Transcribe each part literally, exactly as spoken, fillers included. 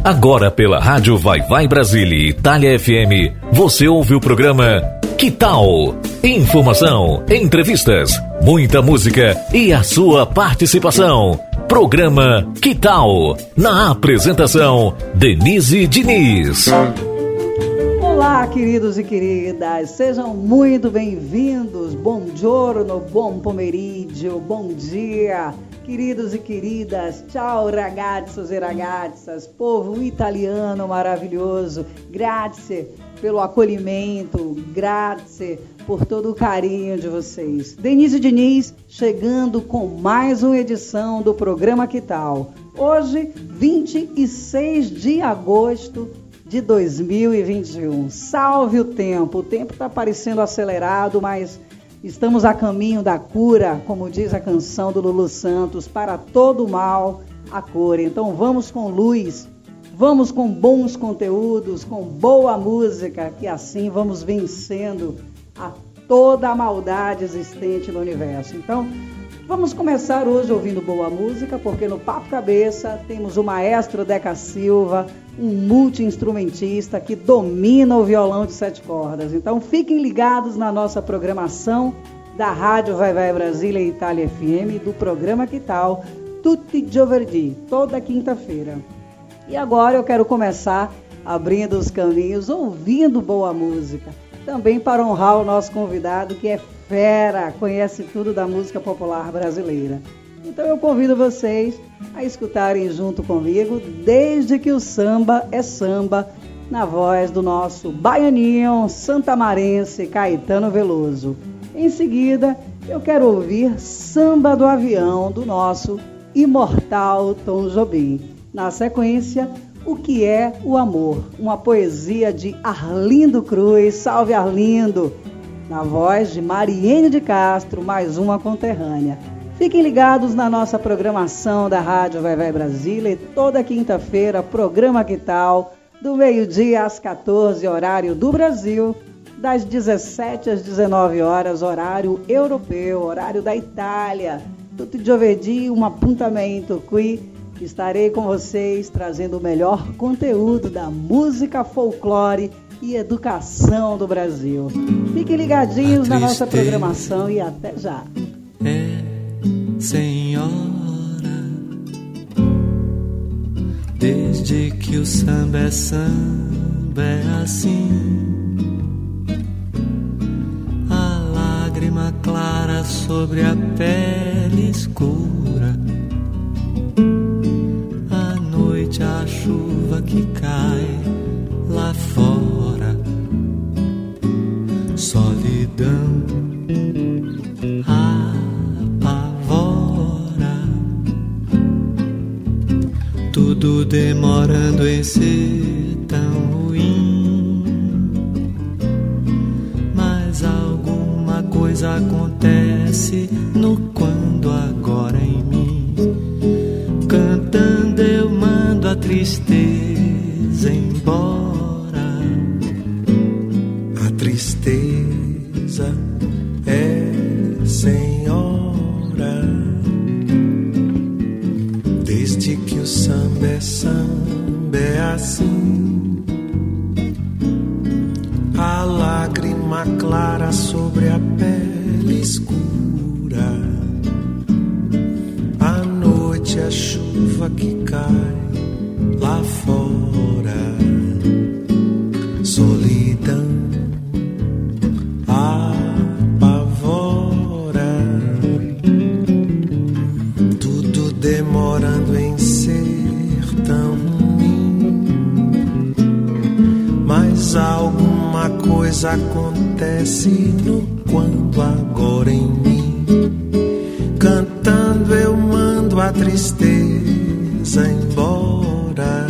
Agora pela Rádio Vai Vai Brasília e Itália F M, você ouve o programa Que Tal? Informação, entrevistas, muita música e a sua participação. Programa Que Tal? Na apresentação, Denise Diniz. Olá, queridos e queridas, sejam muito bem-vindos. Bom giorno, buon pomeriggio, bom dia, queridos e queridas. Ciao ragazzi e ragazzas, povo italiano maravilhoso. Grazie pelo acolhimento, grazie por todo o carinho de vocês. Denise Diniz chegando com mais uma edição do programa Que Tal? Hoje, vinte e seis de agosto de dois mil e vinte e um. Salve o tempo! O tempo está parecendo acelerado, mas estamos a caminho da cura, como diz a canção do Lulu Santos, para todo o mal, a cura. Então vamos com luz, vamos com bons conteúdos, com boa música, que assim vamos vencendo a toda a maldade existente no universo. Então, vamos começar hoje ouvindo boa música, porque no Papo Cabeça temos o maestro Deca Silva, um multi-instrumentista que domina o violão de sete cordas. Então, fiquem ligados na nossa programação da Rádio Vai Vai Brasília e Itália F M, do programa Que Tal? Tutti giovedì, toda quinta-feira. E agora eu quero começar abrindo os caminhos, ouvindo boa música. Também para honrar o nosso convidado, que é fera, conhece tudo da música popular brasileira. Então eu convido vocês a escutarem junto comigo, Desde que o Samba é Samba, na voz do nosso baianinho santamarense Caetano Veloso. Em seguida, eu quero ouvir Samba do Avião, do nosso imortal Tom Jobim. Na sequência, O que é o Amor? Uma poesia de Arlindo Cruz. Salve, Arlindo! Na voz de Mariene de Castro, mais uma conterrânea. Fiquem ligados na nossa programação da Rádio Vai Vai Brasília e toda quinta-feira, programa Que Tal? Do meio-dia às quatorze, horário do Brasil, das dezessete às dezenove horas, horário europeu, horário da Itália. Tutti giovedì, um appuntamento qui. Estarei com vocês trazendo o melhor conteúdo da música folclore e educação do Brasil. Fiquem ligadinhos na nossa programação e até já. É, senhora, desde que o samba é samba é assim. A lágrima clara sobre a pele escura, à noite a chuva que cai lá fora, solidão apavora, tudo demorando em ser tão ruim, mas alguma coisa acontece no quando agora em mim, cantando eu mando a tristeza embora. Tristeza é senhora, desde que o samba é samba é assim. A lágrima clara sobre a pele escura, à noite a chuva que cai lá fora, solidão demorando em ser tão ruim, mas alguma coisa acontece no quando agora em mim, cantando eu mando a tristeza embora.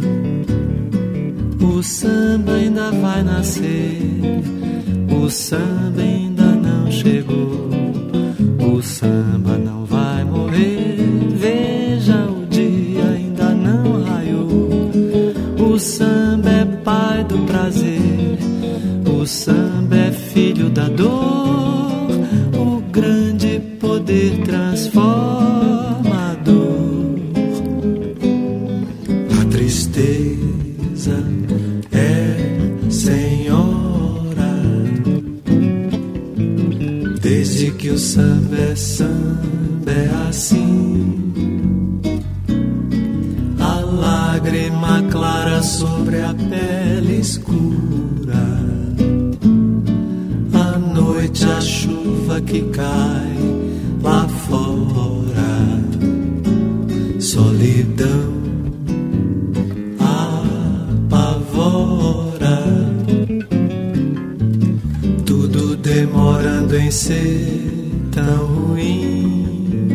O samba ainda vai nascer, o samba ainda não chegou, o samba não vai morrer, veja o dia ainda não raiou. O samba é pai do prazer, o samba é filho da dor, o grande poder transformador. A tristeza tristeza é senhora, desde que o samba é samba é assim. A lágrima clara sobre a pele escura, à noite a chuva que cai lá fora, solidão apavora, tudo demorando em ser tão ruim,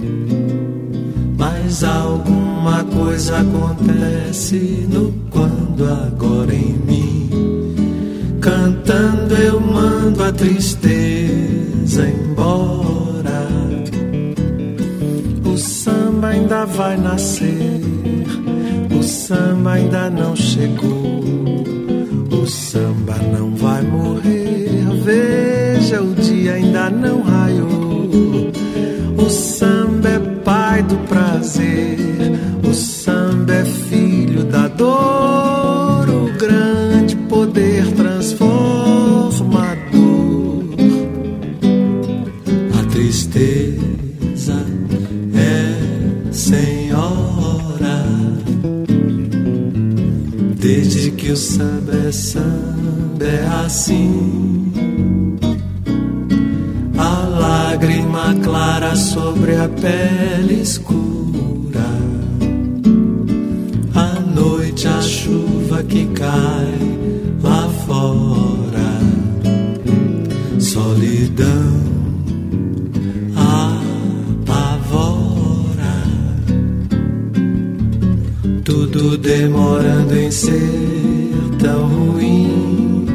mas alguma coisa acontece no quando agora em mim. Cantando eu mando a tristeza embora. O samba ainda vai nascer, o samba ainda não chegou, o samba não vai morrer. Veja, o dia ainda não raiou. O samba é pai do prazer, o samba é filho da dor, o grande poder transformador. A tristeza é senhora, desde que o samba é samba é assim. A lágrima clara sobre a pele escura, à noite a chuva que cai lá fora, solidão apavora, tudo demorando em ser tão ruim,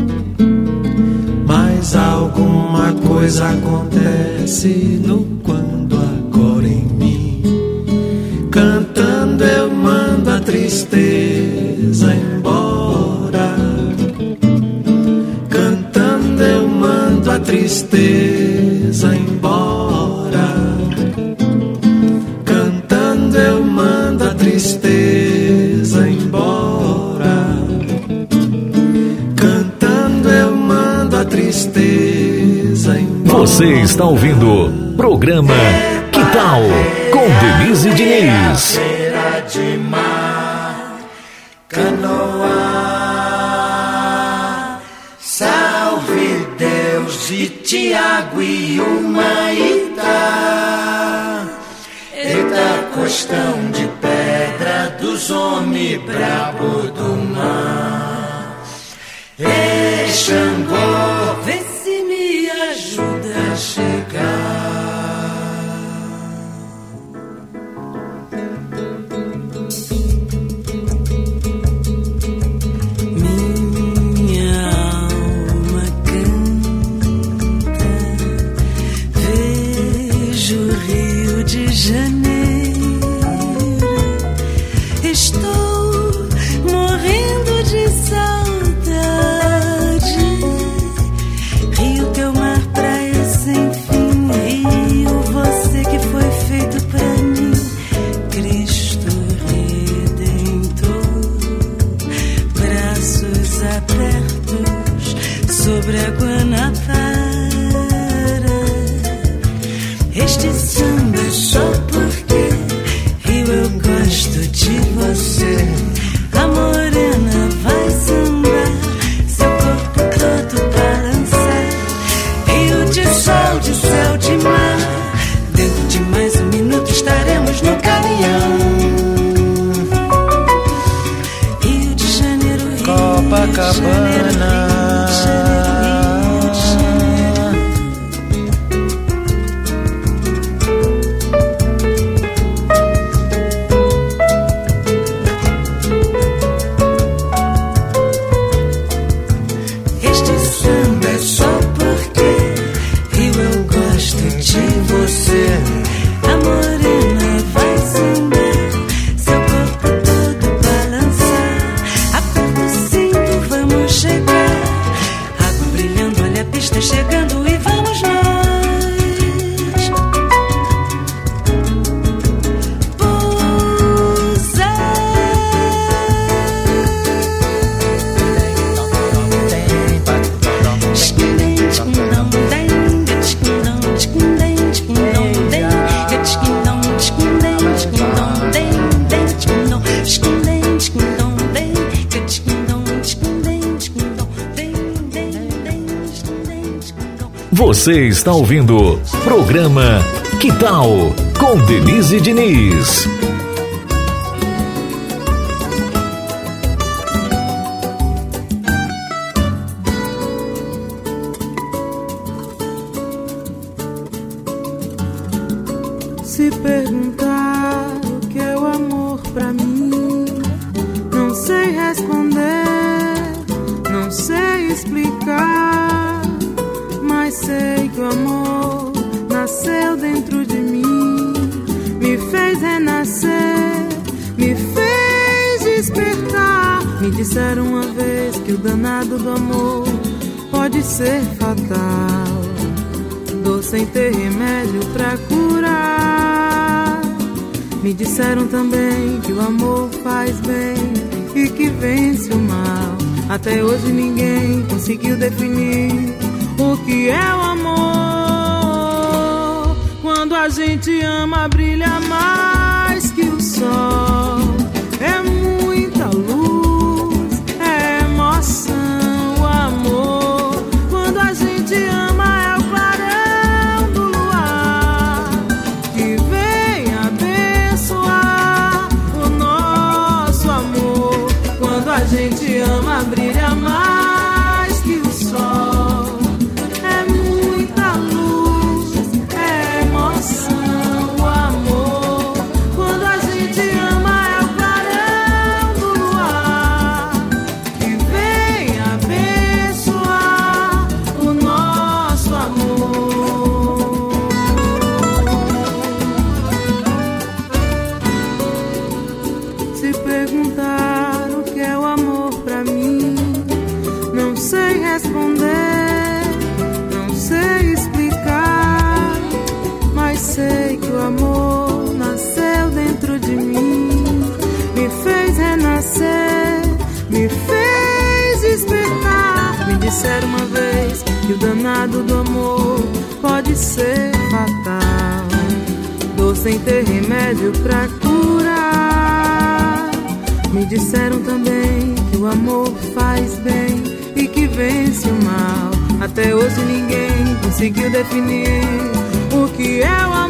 mas alguma coisa acontece no quando agora em mim. Cantando eu mando a tristeza embora, cantando eu mando a tristeza embora, cantando eu mando a tristeza embora, cantando eu mando a tristeza embora. Você está ouvindo programa Que Tal com Denise Diniz. Beira de mar, canoa, salve Deus de Tiago e Humaitá. Eita, costão de pedra dos homens brabo do mar. Ei, Xangô, vê se me ajuda a chegar. Minha alma canta, vejo o Rio de Janeiro, estou morrendo de saudade. Rio, teu mar, praia sem fim, Rio, você que foi feito pra mim, Cristo Redentor, braços abertos sobre a Guanabara. Este samba é só porque Rio, eu gosto de você. A morena vai sambar, seu corpo todo balançar. Rio de sol, de céu, de mar, dentro de mais um minuto estaremos no caminhão. Rio de Janeiro, Rio de Janeiro, Copacabana. Rio de Janeiro, Rio de Janeiro. Você está ouvindo programa Que Tal? Com Denise Diniz. Se perguntar o que é o amor pra mim, não sei responder, não sei explicar, mas sei que o amor nasceu dentro de mim, me fez renascer, me fez despertar. Me disseram uma vez que o danado do amor pode ser fatal, dor sem ter remédio pra curar. Me disseram também que o amor faz bem e que vence o mal. Até hoje ninguém conseguiu definir o que é o amor. Quando a gente ama, brilha mais que o sol. É muita luz, é emoção, o amor. Quando a gente ama, é o clarão do luar que vem abençoar o nosso amor. Quando a gente ama, brilha mais que o sol. É muita luz, é emoção, o amor. Quando a gente ama, é o clarão do luar que vem abençoar o nosso amor. Se perguntar o que é o amor pra mim, não sei responder, não sei explicar, mas sei que o amor nasceu dentro de mim, me fez renascer, me fez despertar. Me disseram uma vez que o danado do amor pode ser fatal, dor sem ter remédio pra curar. Me disseram também que o amor faz bem e que vence o mal. Até hoje ninguém conseguiu definir o que é o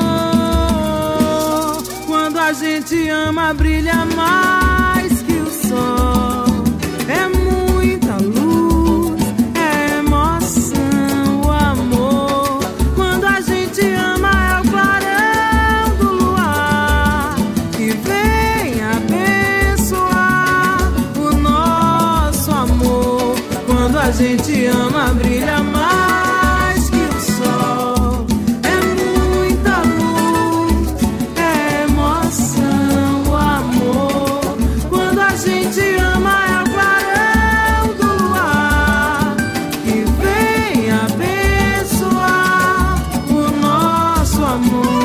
amor. Quando a gente ama, brilha mais que o sol. É muita luz, é emoção, o amor. Quando a gente ama, é o clarão do luar que vem abençoar o nosso amor. Quando a gente ama, brilha mais que o sol. É muita luz, é emoção, o amor. Quando a gente ama, é o clarão do luar que vem abençoar o nosso amor.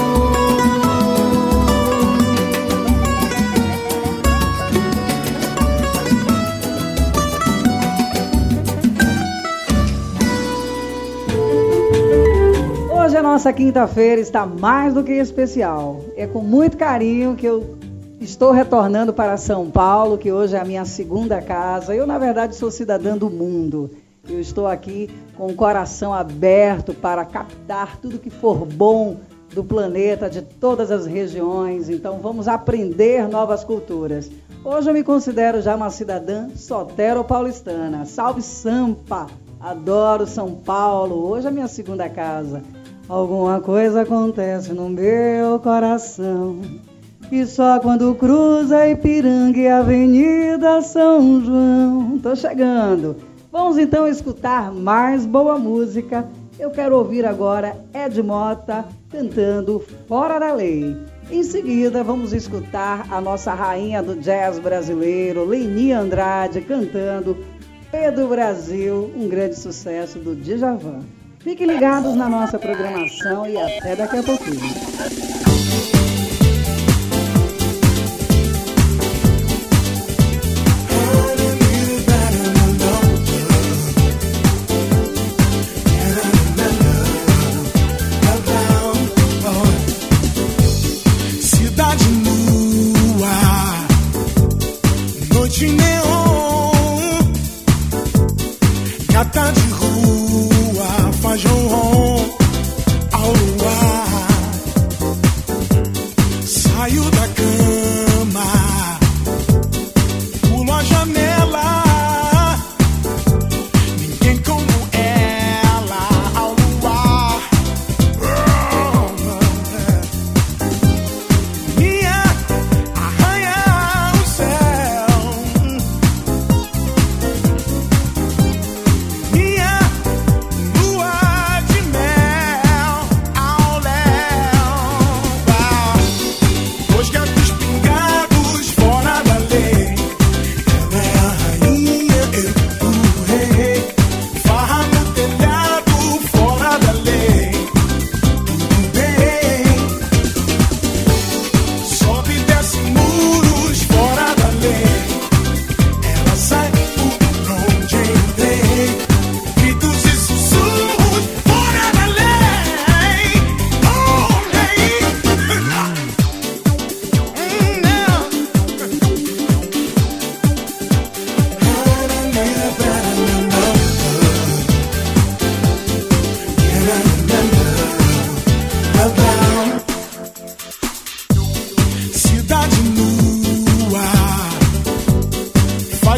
Hoje a nossa quinta-feira está mais do que especial. É com muito carinho que eu estou retornando para São Paulo, que hoje é a minha segunda casa. Eu, na verdade, sou cidadã do mundo. Eu estou aqui com o coração aberto para captar tudo que for bom do planeta, de todas as regiões. Então, vamos aprender novas culturas. Hoje eu me considero já uma cidadã sotero-paulistana. Salve Sampa! Adoro São Paulo. Hoje é a minha segunda casa. Alguma coisa acontece no meu coração, e só quando cruza Ipiranga e Avenida São João. Tô chegando. Vamos então escutar mais boa música. Eu quero ouvir agora Ed Mota cantando Fora da Lei. Em seguida, vamos escutar a nossa rainha do jazz brasileiro, Leni Andrade, cantando Pedro Brasil, um grande sucesso do Djavan. Fiquem ligados na nossa programação e até daqui a pouquinho. Cidade nua, noite neon, gata de rua, faz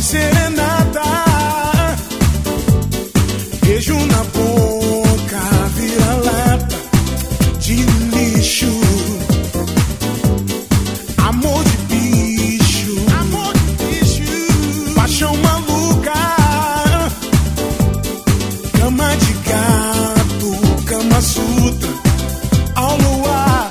serenata. Beijo na boca, vira-lata de lixo. Amor de bicho, amor de bicho. Paixão maluca, cama de gato, cama sutra, ao luar.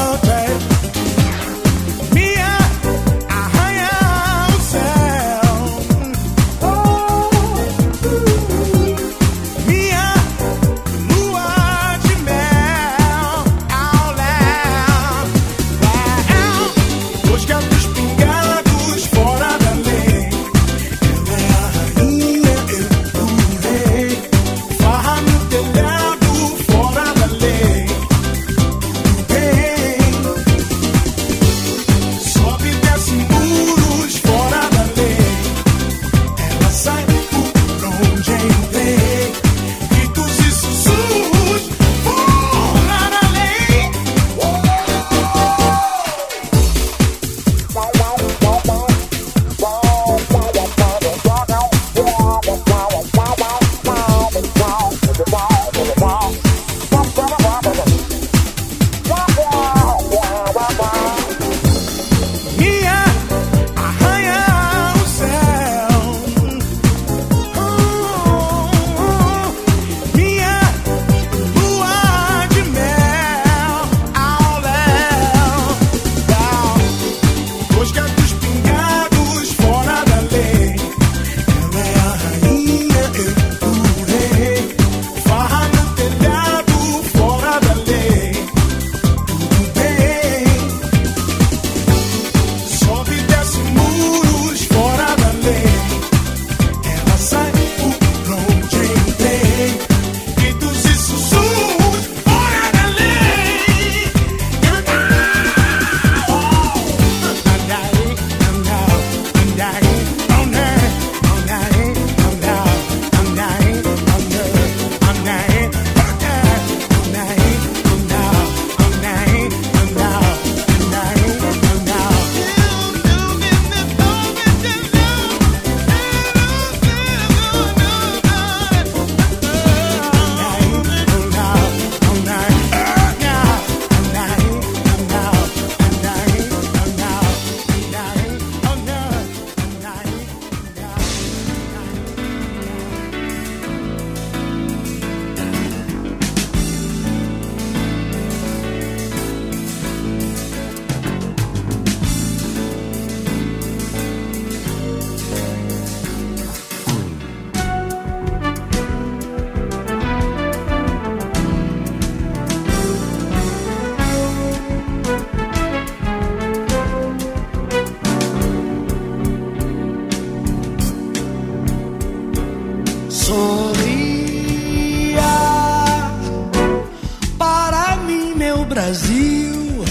Brasil,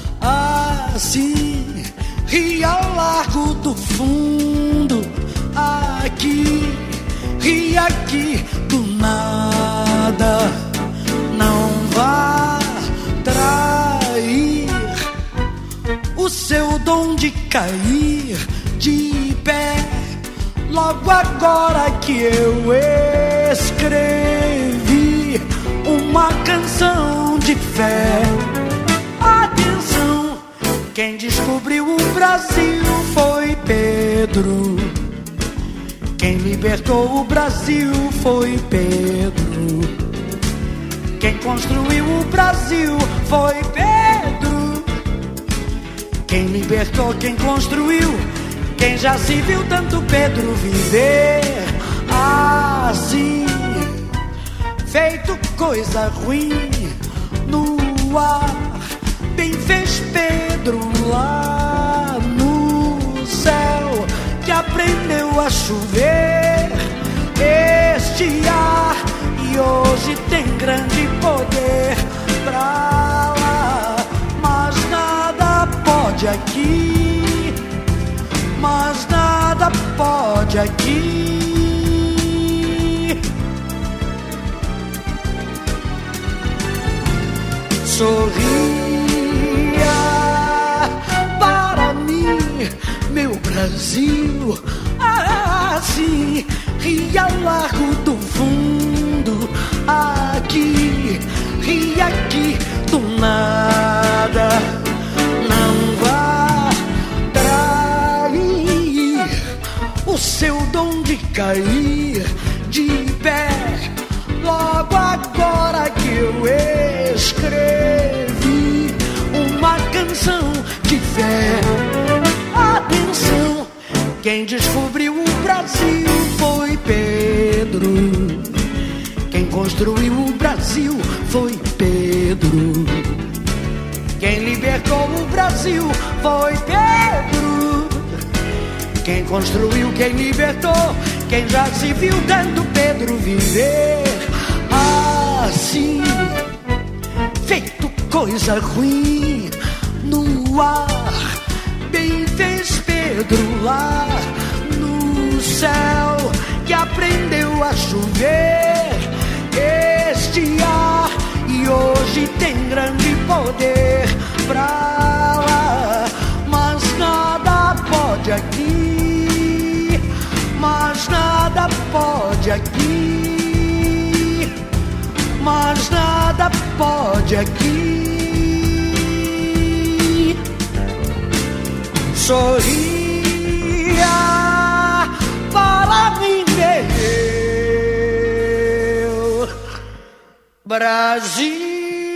assim, e ao largo do fundo, aqui e aqui do nada, não vá trair o seu dom de cair de pé, logo agora que eu escrevi uma canção de fé. Atenção, quem descobriu o Brasil foi Pedro. Quem libertou o Brasil foi Pedro. Quem construiu o Brasil foi Pedro. Quem libertou, quem construiu, quem já se viu tanto Pedro viver assim, feito coisa ruim no ar, bem fez Pedro lá no céu, que aprendeu a chover este ar e hoje tem grande poder pra lá. Mas nada pode aqui, mas nada pode aqui. Sorria para mim, meu Brasil. Ah, assim, ria Largo do Fundo, aqui, ria aqui do nada. Não vá trair o seu dom de cair de pé, logo agora que eu escrevi uma canção de fé. Atenção, quem descobriu o Brasil foi Pedro. Quem construiu o Brasil foi Pedro. Quem libertou o Brasil foi Pedro. Quem construiu, quem libertou, quem já se viu dando Pedro viver assim, feito coisa ruim no ar. Bem fez Pedro lá no céu, que aprendeu a chover este ar, e hoje tem grande poder pra lá. Mas nada pode aqui, mas nada pode aqui, mas nada pode aqui. Sorria para mim, meu Brasil.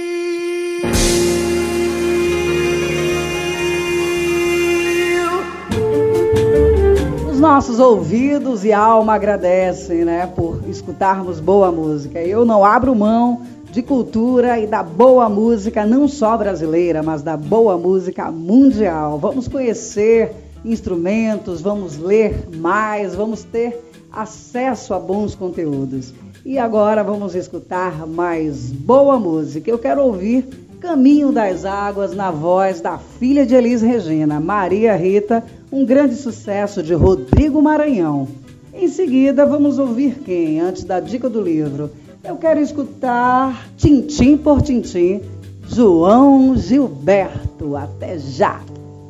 Os nossos ouvidos e alma agradecem, né, por escutarmos boa música. Eu não abro mão de cultura e da boa música, não só brasileira, mas da boa música mundial. Vamos conhecer instrumentos, vamos ler mais, vamos ter acesso a bons conteúdos. E agora vamos escutar mais boa música. Eu quero ouvir Caminho das Águas na voz da filha de Elis Regina, Maria Rita, um grande sucesso de Rodrigo Maranhão. Em seguida, vamos ouvir quem? Antes da dica do livro. Eu quero escutar Tintim por Tintim, João Gilberto. Até já!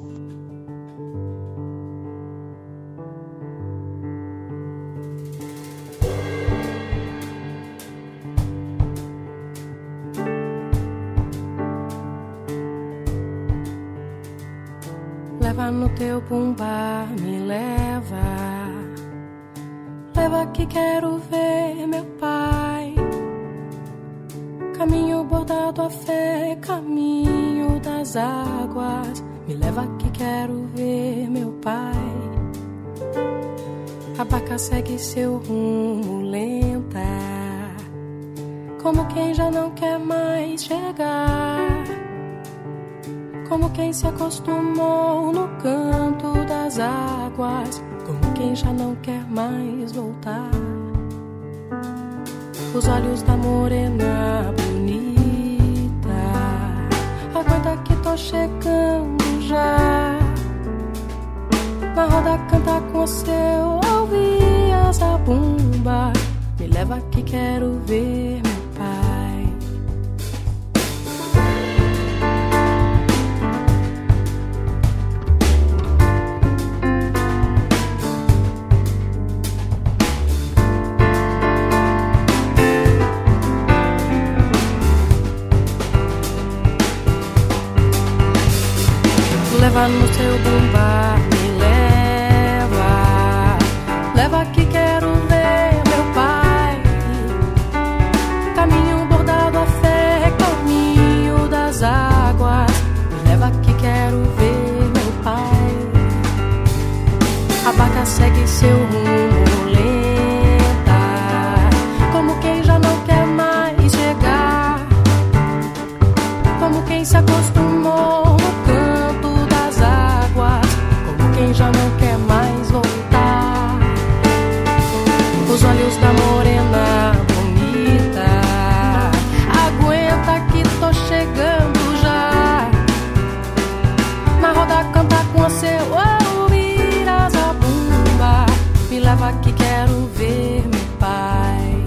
Leva no teu bumbá, me leva. Leva que quero ver meu pai. Caminho bordado a fé, caminho das águas. Me leva que quero ver meu pai. A barca segue seu rumo lenta, como quem já não quer mais chegar, como quem se acostumou no canto das águas, como quem já não quer mais voltar. Os olhos da morena bonita, aguenta que tô chegando já. Na roda canta com seu ouvir essa bomba. Me leva que quero ver meu pai. Leva no seu bumbá, me leva. Leva que quero ver meu pai. Caminho bordado a fé, caminho das águas. Me leva que quero ver meu pai. A barca segue seu rumo lenta, como quem já não quer mais chegar, como quem se acostumou no canto das águas, como quem já não quer mais voltar. Os olhos da morena bonita, aguenta que tô chegando já. Na roda canta com seu ouvir a zabumba. Me leva que quero ver meu pai.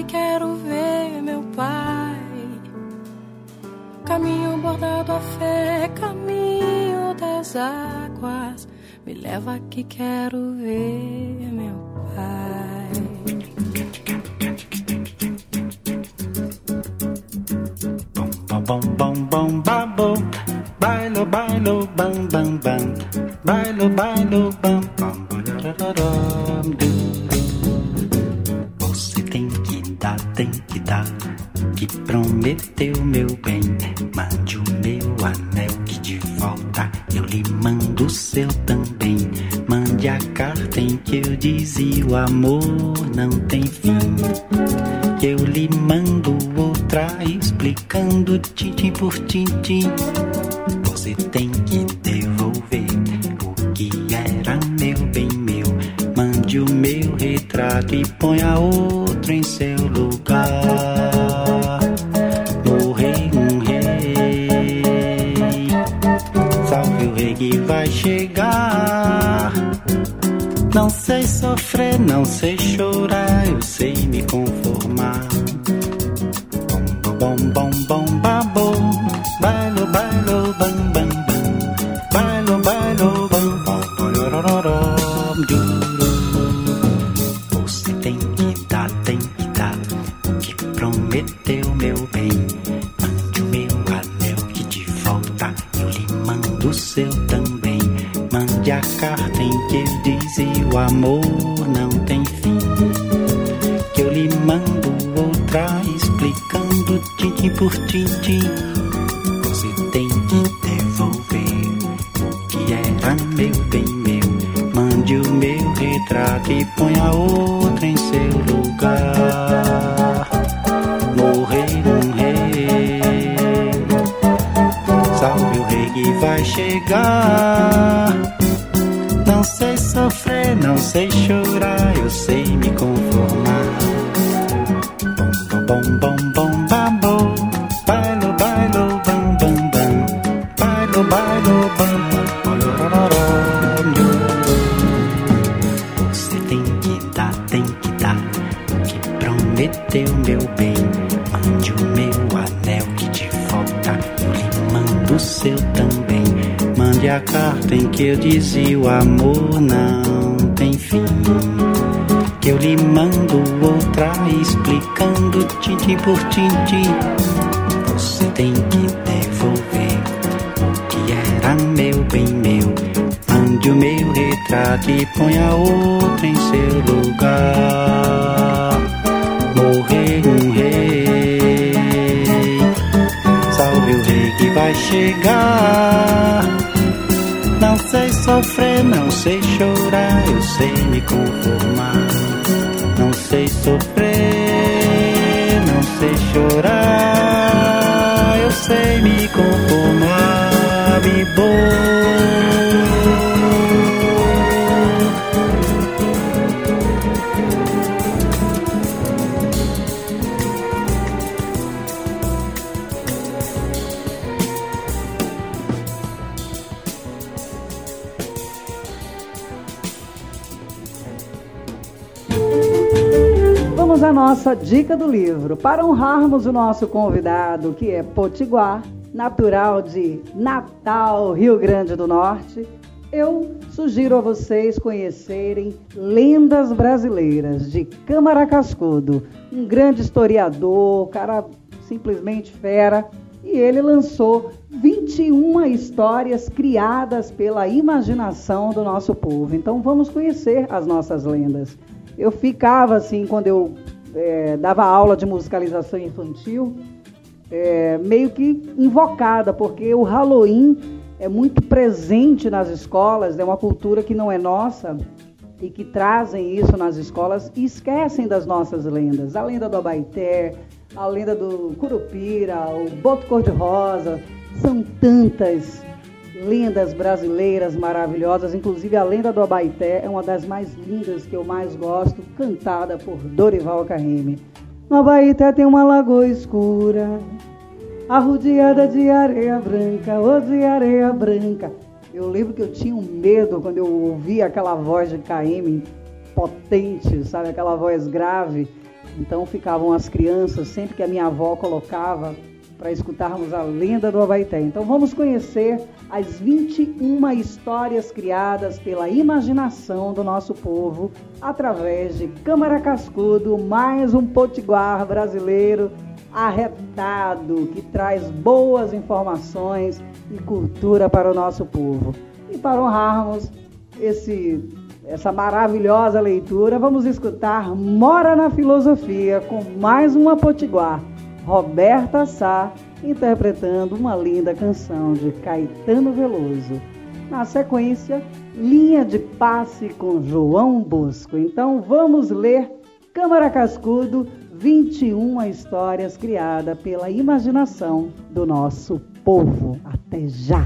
que quero ver meu pai. Caminho bordado a fé, caminho das águas, me leva que quero ver meu pai. Bom, bom, bom, babo, bailo, bailo, bam, bam, bam, bailo, bailo, bam, bam, bam. Você tem que dar, tem que dar, que prometeu meu bem. Mande o meu anel que de volta eu lhe mando o seu também. Mande a carta em que eu dizia o amor não tem fim. Que eu lhe mando outra explicando tintim por tintim. Você tem que devolver o que era meu bem meu. Mande o meu retrato e ponha outro em seu lugar. Morrei um rei, salve o rei que vai chegar. Não sei sofrer, não sei chorar, eu sei me conformar. Bom, bom, bom, bom, babo, bailo, bailo, bam, bam, bam, bailo, bailo, bam, bam, bam, duro. Você tem que dar, tem que dar, o que prometeu meu bem. Mande o meu anel que de volta eu lhe mando o seu também. Mande a carta em que eu dizia o amor não tem fim. Que eu lhe mando outra explicando tintim por tintim. Você tem que devolver o que era meu bem meu. Mande o meu retrato e ponha outro em seu lugar. Morrei um rei, salve o rei que vai chegar. Não sei sofrer, não sei chorar, eu sei me conformar. Bom, bom, bom, bom, babo, bailo, bailo, bam, bam, bam, bailo, bailo, bam, bam, você tem que dar, tem que dar, o que prometeu meu bem. Mande o meu anel que de volta eu lhe mando o seu também. Mande a carta em que eu dizia o amor não tem fim. Que eu lhe mando outra explicando tintim por tintim. Você tem que devolver o que era meu bem meu. Mande o meu retrato e ponha outro em seu lugar. Morrei um rei, salve o rei que vai chegar. Não sei sofrer, não sei chorar, eu sei me conformar. Não sei sofrer, não sei chorar, eu sei me conformar, bibô. Vamos à nossa dica do livro. Para honrarmos o nosso convidado, que é potiguar, natural de Natal, Rio Grande do Norte, eu sugiro a vocês conhecerem Lendas Brasileiras, de Câmara Cascudo, um grande historiador, cara simplesmente fera, e ele lançou vinte e uma histórias criadas pela imaginação do nosso povo. Então vamos conhecer as nossas lendas. Eu ficava assim, quando eu é, dava aula de musicalização infantil, é, meio que invocada, porque o Halloween é muito presente nas escolas, é uma cultura que não é nossa, e que trazem isso nas escolas e esquecem das nossas lendas. A lenda do Abaeté, a lenda do Curupira, o Boto Cor-de-Rosa, são tantas lendas brasileiras maravilhosas, inclusive a lenda do Abaeté é uma das mais lindas que eu mais gosto, cantada por Dorival Caymmi. No Abaeté tem uma lagoa escura, arrodeada de areia branca, ô de areia branca. Eu lembro que eu tinha um medo quando eu ouvia aquela voz de Caymmi potente, sabe, aquela voz grave. Então ficavam as crianças, sempre que a minha avó colocava, para escutarmos a lenda do Abaeté. Então vamos conhecer as vinte e uma histórias criadas pela imaginação do nosso povo através de Câmara Cascudo, mais um potiguar brasileiro arretado que traz boas informações e cultura para o nosso povo. E para honrarmos esse, essa maravilhosa leitura, vamos escutar Mora na Filosofia com mais uma potiguar, Roberta Sá, interpretando uma linda canção de Caetano Veloso. Na sequência, Linha de Passe com João Bosco. Então vamos ler Câmara Cascudo, vinte e uma histórias criadas pela imaginação do nosso povo. Até já!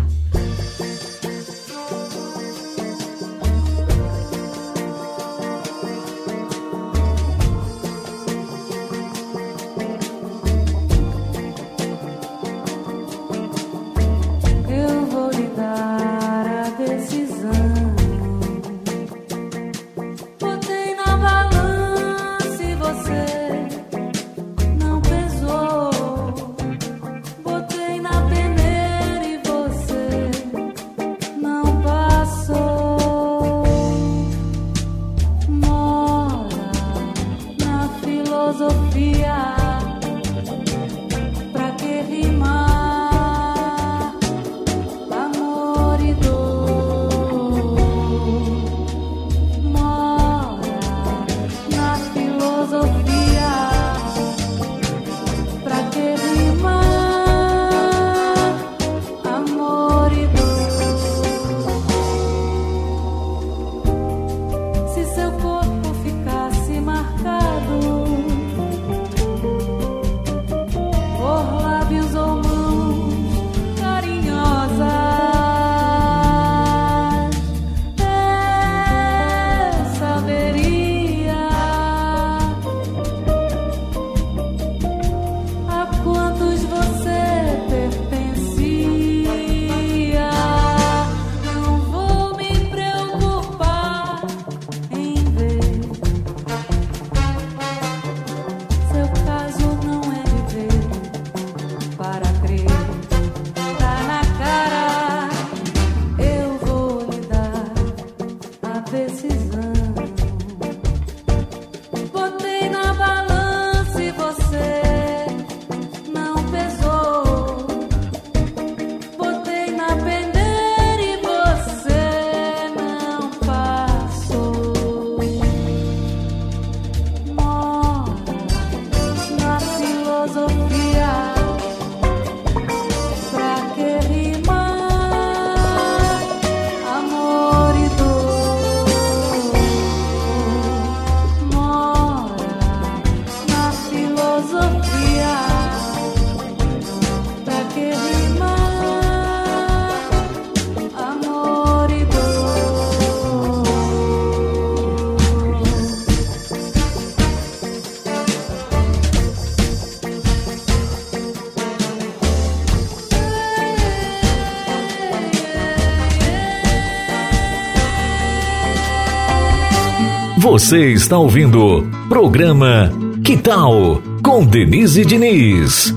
Você está ouvindo Programa Que Tal? Com Denise Diniz.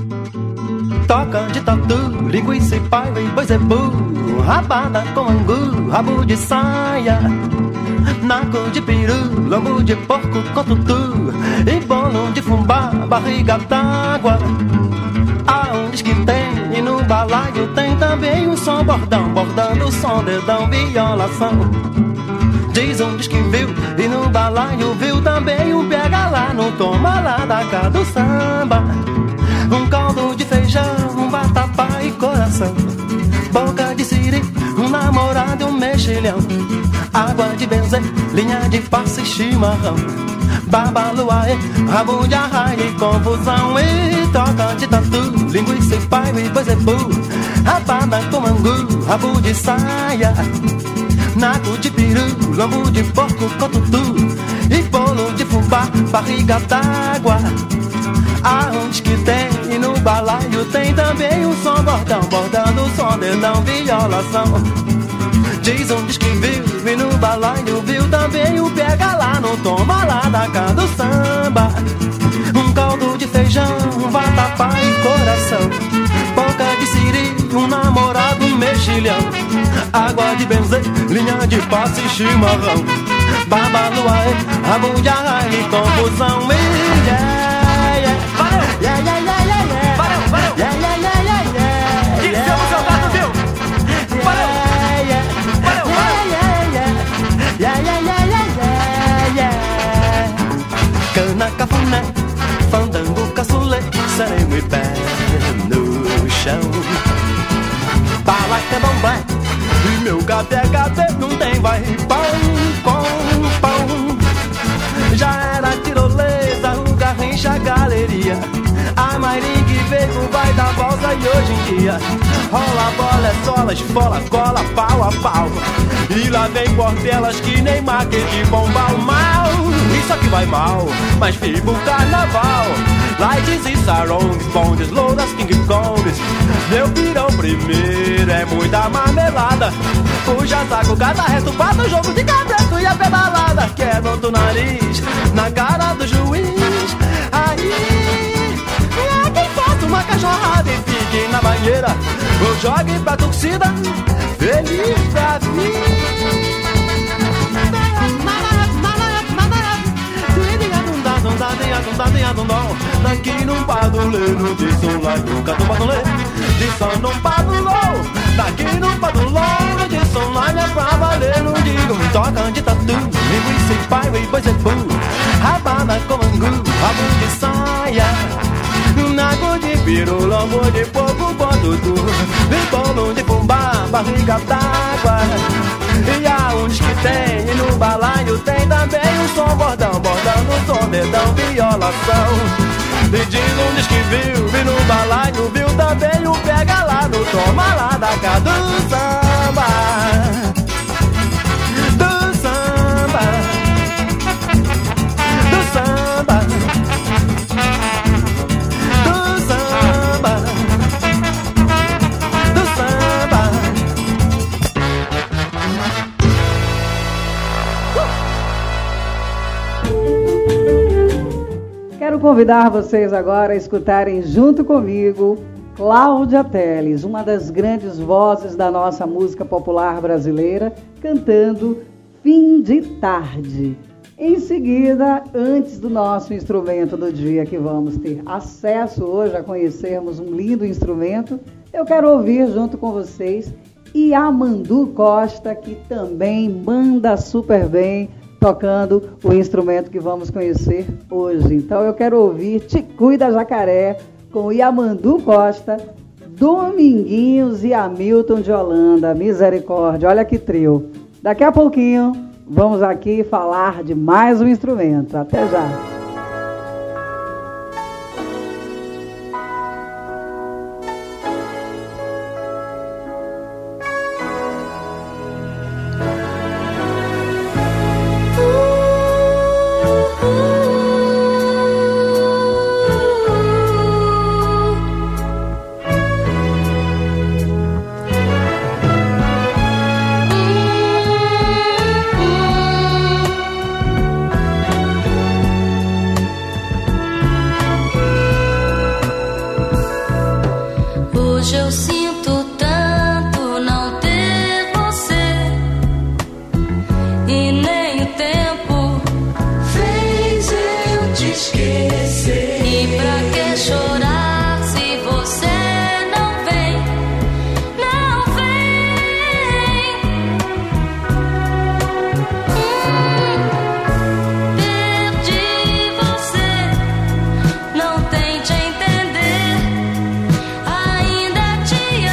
Toca de tatu, linguiça e paiva e boi zebu, rabada com angu, rabo de saia, naco de peru, lombo de porco com tutu, e bolo de fubá, barriga d'água. Aonde que tem, e no balaio tem também um som bordão, bordando o som, dedão, violação. Diz um diz que viu, e no balaio viu também um pega lá, no toma lá da casa do samba. Um caldo de feijão, um vatapá e coração, boca de siri, um namorado e um mexilhão, água de benzer, linha de passe e chimarrão, babaluaê, rabo de arraia e confusão. E toca de tatu, linguiça e paiva e boi zebu, rabada com angu, rabo de saia, naco de peru, lombo de porco com tutu, e bolo de fubá, barriga d'água. Aonde que tem, e no balaio tem também um som bordão, bordando o som, dedão, violação. Diz um diz que viu, vi no balaio, viu também o pega lá no toma lá da cá do samba. Um caldo de feijão, um vatapá e coração, boca de siri, um namorado, um mexilhão, água de benzer, linha de passe e chimarrão, babaluaê, rabo de arraia e confusão. Yeah, yeah, valeu! Yeah, yeah, yeah, yeah, yeah. Valeu, valeu! Yeah, yeah, yeah, yeah, yeah. Que seu jogado, viu? Valeu! Yeah, yeah, valeu, valeu! Yeah, yeah, yeah, yeah, yeah, yeah, yeah. Cana, cafuné, fandango, caçulê, sereno e pé no chão. Bala que é bombé, e meu café, café não tem vai. Pão, pão, pão. Já era tirolesa, o garrincha, a galeria. A Mairim que veio vai dar volta e hoje em dia rola bola, é sola, esfola, cola, pau a pau. E lá vem portelas que nem maquete de bomba mal. Isso aqui vai mal, mas viva o carnaval. Lights e sarongs, bondes, louras, king kongs. Meu pirão primeiro é muita marmelada. Puxa saco, cada resto, passa o jogo de cabresto e a pedalada. Quebra o nariz na cara do juiz. Aí é quem faça uma cachorrada e fique na banheira, ou jogue pra torcida, feliz pra vir. Daqui num padulê, de som lá nunca tô padulê, de som num padulô. Daqui num padulô, de som lá é pra valer. Não digo, toca de tatu, linguiça e pai, e boi zebu, rabada com angu, rabo de saia, nago de piru, lombo de fogo, botutu, bolo de fubá, barriga d'água. E aonde que tem, e no balaio tem também um som bordão, bordão no som, medão, violação. E diz um diz que viu, vi no balaio, viu também o pega lá no toma lá da cá do samba. Do samba. Do samba. Do samba. Do samba. Quero convidar vocês agora a escutarem junto comigo Cláudia Telles, uma das grandes vozes da nossa música popular brasileira, cantando Fim de Tarde. Em seguida, antes do nosso instrumento do dia, que vamos ter acesso hoje a conhecermos um lindo instrumento, eu quero ouvir junto com vocês Yamandu Costa, que também manda super bem tocando o instrumento que vamos conhecer hoje. Então eu quero ouvir Te Cuida Jacaré com Yamandu Costa, Dominguinhos e Hamilton de Holanda. Misericórdia, olha que trio. Daqui a pouquinho vamos aqui falar de mais um instrumento. Até já. Não tente entender, ainda te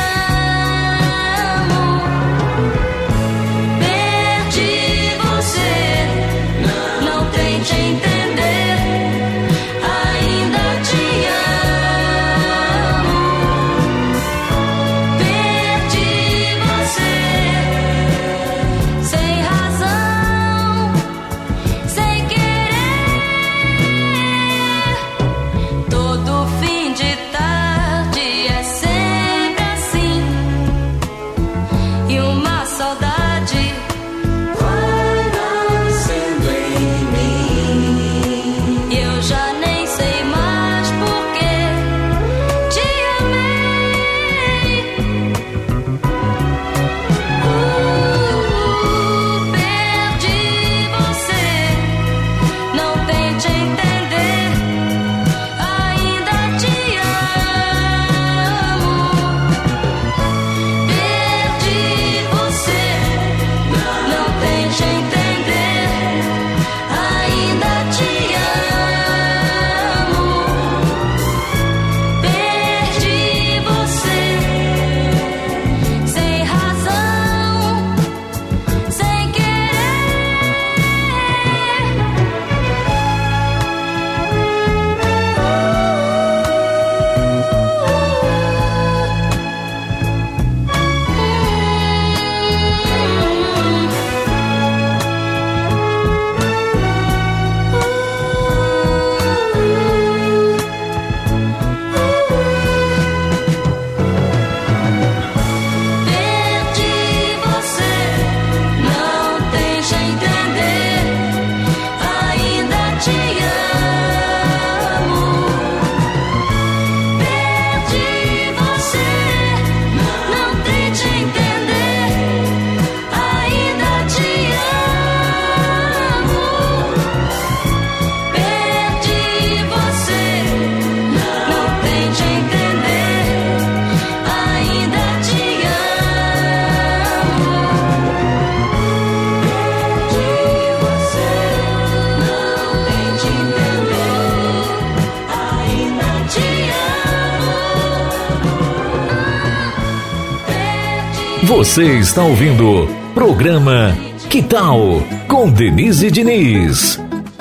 Você está ouvindo programa Que Tal? Com Denise Diniz.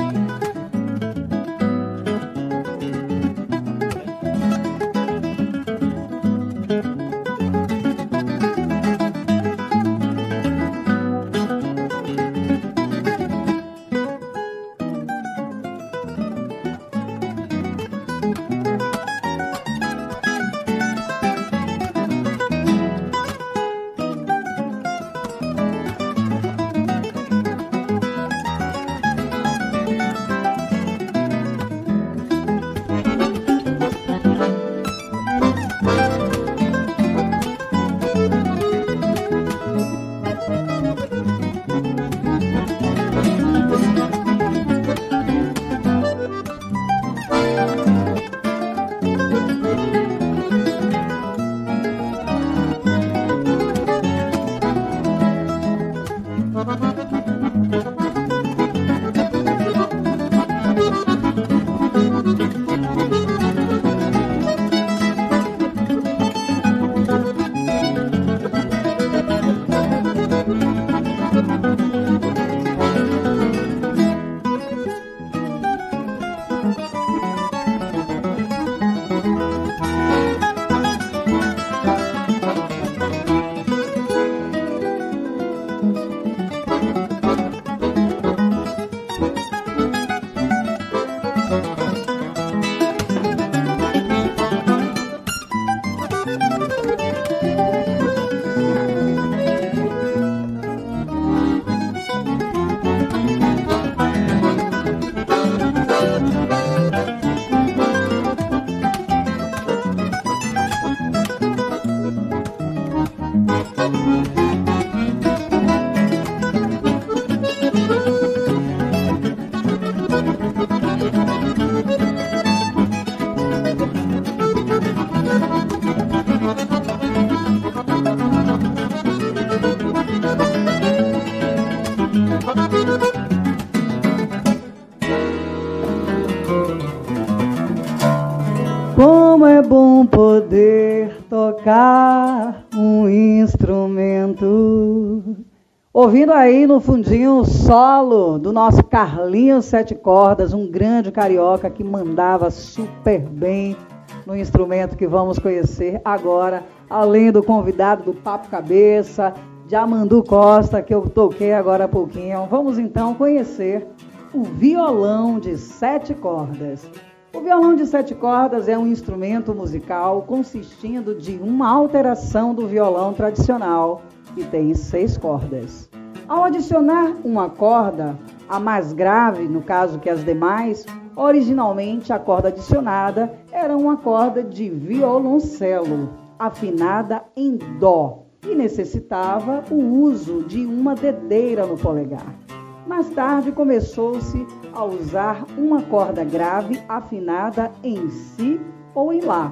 Como é bom poder tocar um instrumento. Ouvindo aí no fundinho o solo do nosso Carlinhos Sete Cordas, um grande carioca que mandava super bem no instrumento que vamos conhecer agora, além do convidado do Papo Cabeça, de Amandu Costa, que eu toquei agora há pouquinho. Vamos então conhecer o violão de sete cordas. O violão de sete cordas é um instrumento musical consistindo de uma alteração do violão tradicional, que tem seis cordas. Ao adicionar uma corda, a mais grave, no caso que as demais, originalmente a corda adicionada era uma corda de violoncelo, afinada em dó, e necessitava o uso de uma dedeira no polegar. Mais tarde começou-se a usar uma corda grave afinada em si ou em lá,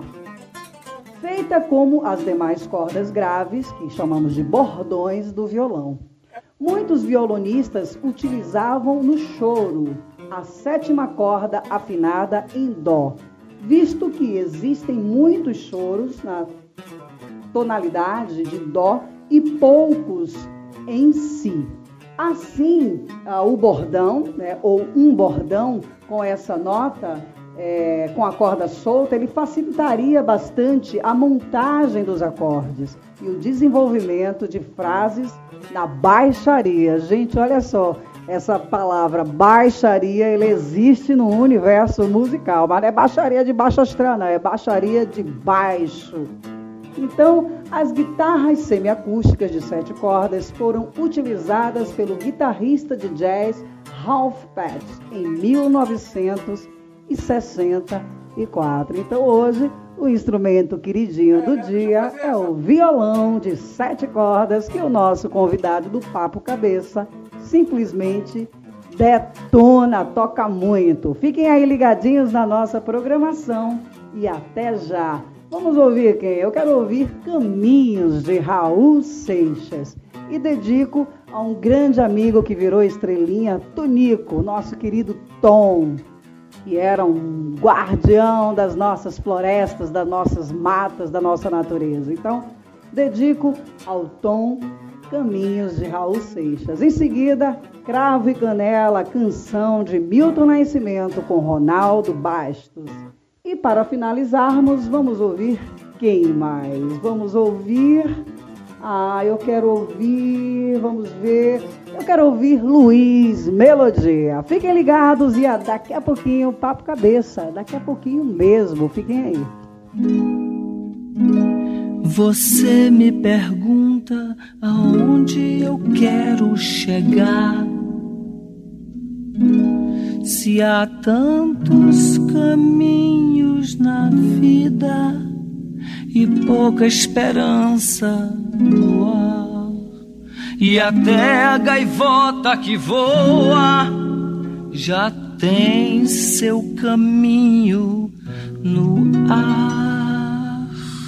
feita como as demais cordas graves, que chamamos de bordões do violão. Muitos violonistas utilizavam no choro a sétima corda afinada em dó, visto que existem muitos choros na tonalidade de dó e poucos em si. Assim, o bordão, né, ou um bordão com essa nota, é, com a corda solta, ele facilitaria bastante a montagem dos acordes e o desenvolvimento de frases na baixaria. Gente, olha só, essa palavra baixaria, ele existe no universo musical, mas não é baixaria de baixo astral, não, é baixaria de baixo. Então, as guitarras semiacústicas de sete cordas foram utilizadas pelo guitarrista de jazz Ralph Patch em mil novecentos e sessenta e quatro. Então, hoje, o instrumento queridinho do dia é o violão de sete cordas, que o nosso convidado do Papo Cabeça simplesmente detona, toca muito. Fiquem aí ligadinhos na nossa programação e até já. Vamos ouvir quem? Eu quero ouvir Caminhos, de Raul Seixas. E dedico a um grande amigo que virou estrelinha, Tonico, nosso querido Tom, que era um guardião das nossas florestas, das nossas matas, da nossa natureza. Então, dedico ao Tom, Caminhos de Raul Seixas. Em seguida, Cravo e Canela, canção de Milton Nascimento com Ronaldo Bastos. E para finalizarmos, vamos ouvir quem mais? Vamos ouvir... Ah, eu quero ouvir... Vamos ver... Eu quero ouvir Luiz Melodia. Fiquem ligados e daqui a pouquinho, papo cabeça. Daqui a pouquinho mesmo. Fiquem aí. Você me pergunta aonde eu quero chegar. Se há tantos caminhos na vida e pouca esperança no ar, e até a gaivota que voa já tem seu caminho no ar.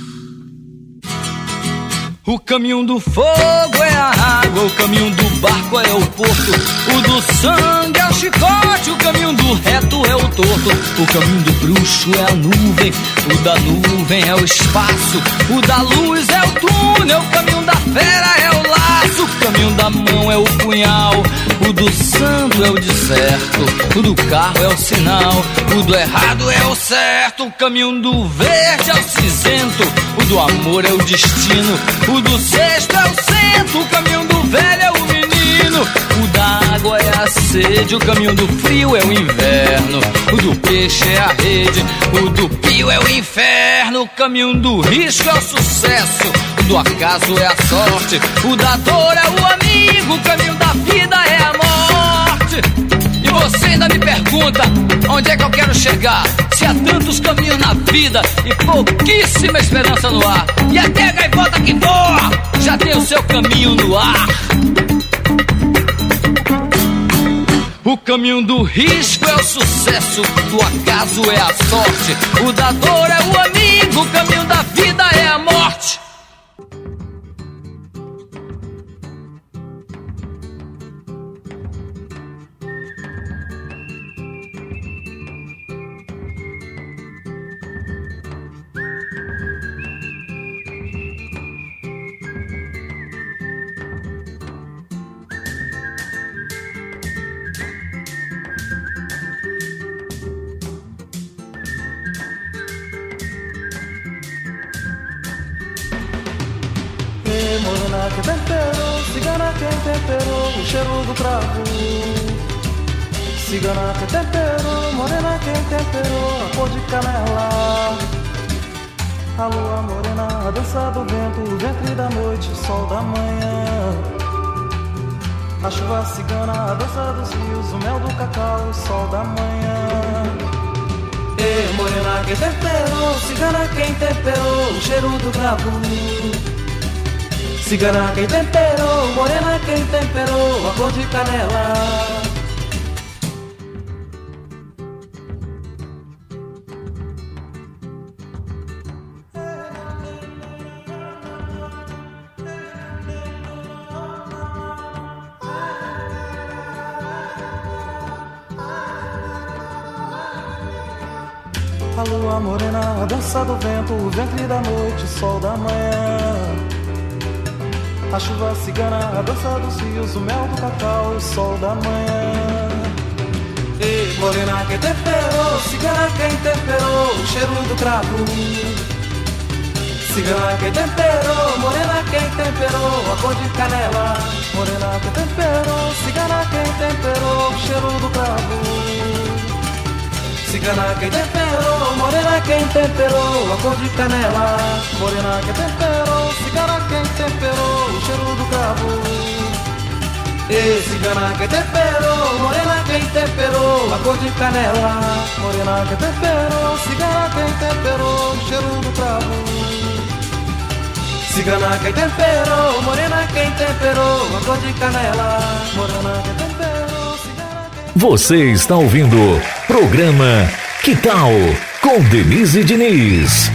O caminho do fogo é a água, o caminho do barco é o porto, o do sangue é o chicote, o caminho do reto é o torto, o caminho do bruxo é a nuvem, o da nuvem é o espaço, o da luz é o túnel, o caminho da fera é o laço, o caminho da mão é o punhal, o do santo é o deserto, o do carro é o sinal, o do errado é o certo, o caminho do verde é o cinzento, o do amor é o destino, o do cesto é o centro, o caminho do velho é o menino, o da água é a sede, o caminho do frio é o inverno, o do peixe é a rede, o do pio é o inferno, o caminho do risco é o sucesso, o do acaso é a sorte, o da dor é o amigo, o caminho da vida é a morte. E você ainda me pergunta onde é que eu quero chegar, se há tantos caminhos na vida e pouquíssima esperança no ar, e até a gaivota que voa já tem o seu caminho no ar. O caminho do risco é o sucesso, do acaso é a sorte, o da dor é o amigo, o caminho da vida é a morte. Morena que temperou, cigana quem temperou o cheiro do cravo. Cigana que temperou, morena quem temperou a cor de canela. A lua morena, a dança do vento, o ventre da noite, o sol da manhã. A chuva cigana, a dança dos rios, o mel do cacau, o sol da manhã. E morena quem temperou, cigana quem temperou o cheiro do cravo. Cigana quem temperou, morena quem temperou a cor de canela. A lua morena, a dança do vento, o ventre da noite, o sol da manhã. A chuva cigana, a dança dos rios, o mel do cacau, o sol da manhã. E morena quem temperou, cigana quem temperou o cheiro do cravo. Cigana quem temperou, morena quem temperou a cor de canela. Morena quem temperou, cigana quem temperou o cheiro do cravo. Cigana quem temperou, morena quem temperou a cor de canela. Morena quem temperou, cigana quem temperou o cheiro do cravo. E cigana quem temperou, morena quem temperou a cor de canela. Morena quem temperou, cigana quem temperou o cheiro do cravo. Cigana quem temperou, morena quem temperou a cor de canela. Morena quem temperou, cigana quem... Você está ouvindo programa Que Tal? Com Denise Diniz.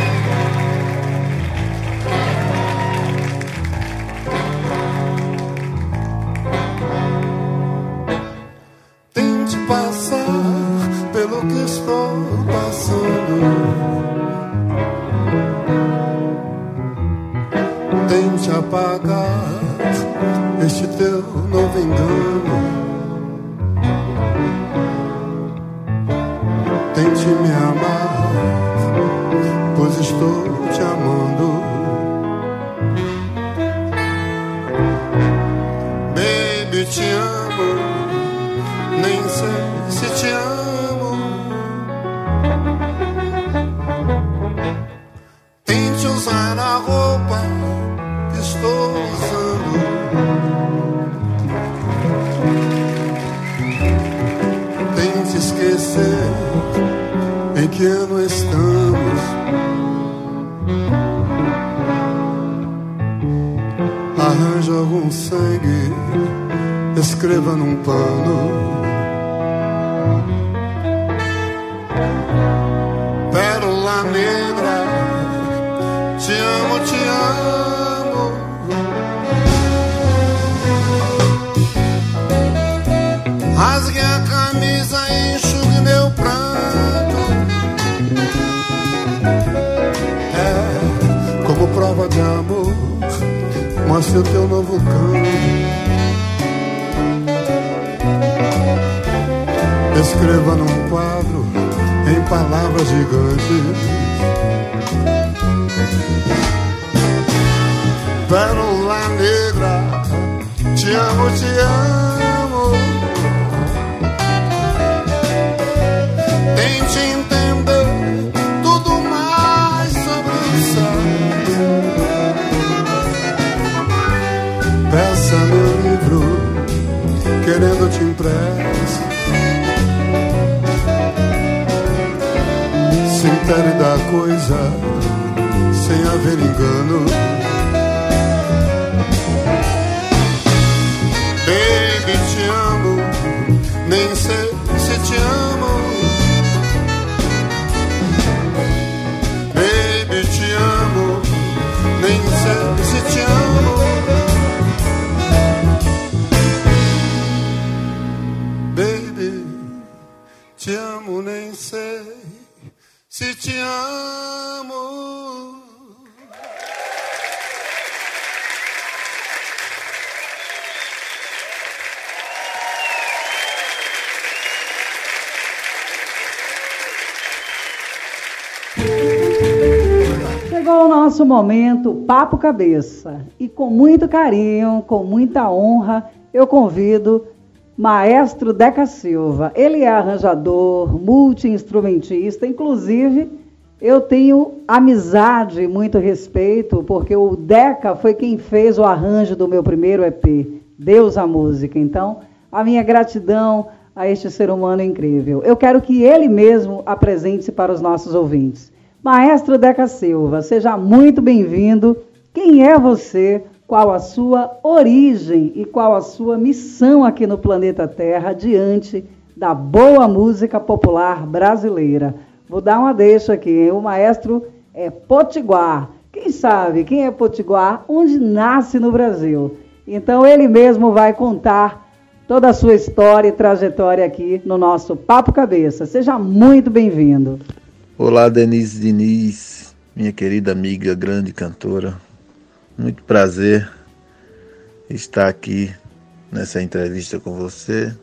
Tente passar pelo que estou passando. te apagar este teu novo engano. Tente me amar, pois estou te amando. Baby, te amo, nem sei se te amo. Tente usar a roupa que estou usando. Tente esquecer em que ano estamos. Arranje algum sangue, escreva num pano. Pérola negra, te amo, te amo. Rasgue a camisa e enxugue meu pranto. É, como prova de amor, mostre o teu novo canto. Escreva num quadro, em palavras gigantes. Pérola negra, te amo, te amo. Tente entender tudo mais sobre o céu. Peça meu livro, querendo te empresto. Se entere da coisa, sem haver engano. Baby, te amo, nem sei se te amo. Baby, te amo, nem sei se te amo. Baby, te amo, nem sei se te amo. Chegou o nosso momento Papo Cabeça e com muito carinho, com muita honra, eu convido Maestro Deca Silva. Ele é arranjador, multi-instrumentista, inclusive eu tenho amizade e muito respeito, porque o Deca foi quem fez o arranjo do meu primeiro E P, Deus a Música. Então, a minha gratidão a este ser humano incrível. Eu quero que ele mesmo apresente-se para os nossos ouvintes. Maestro Deca Silva, seja muito bem-vindo. Quem é você? Qual a sua origem e qual a sua missão aqui no planeta Terra diante da boa música popular brasileira? Vou dar uma deixa aqui. O maestro é potiguar. Quem sabe quem é potiguar? Onde nasce no Brasil. Então ele mesmo vai contar toda a sua história e trajetória aqui no nosso Papo Cabeça. Seja muito bem-vindo. Olá, Denise Diniz, minha querida amiga, grande cantora. Muito prazer estar aqui nessa entrevista com você.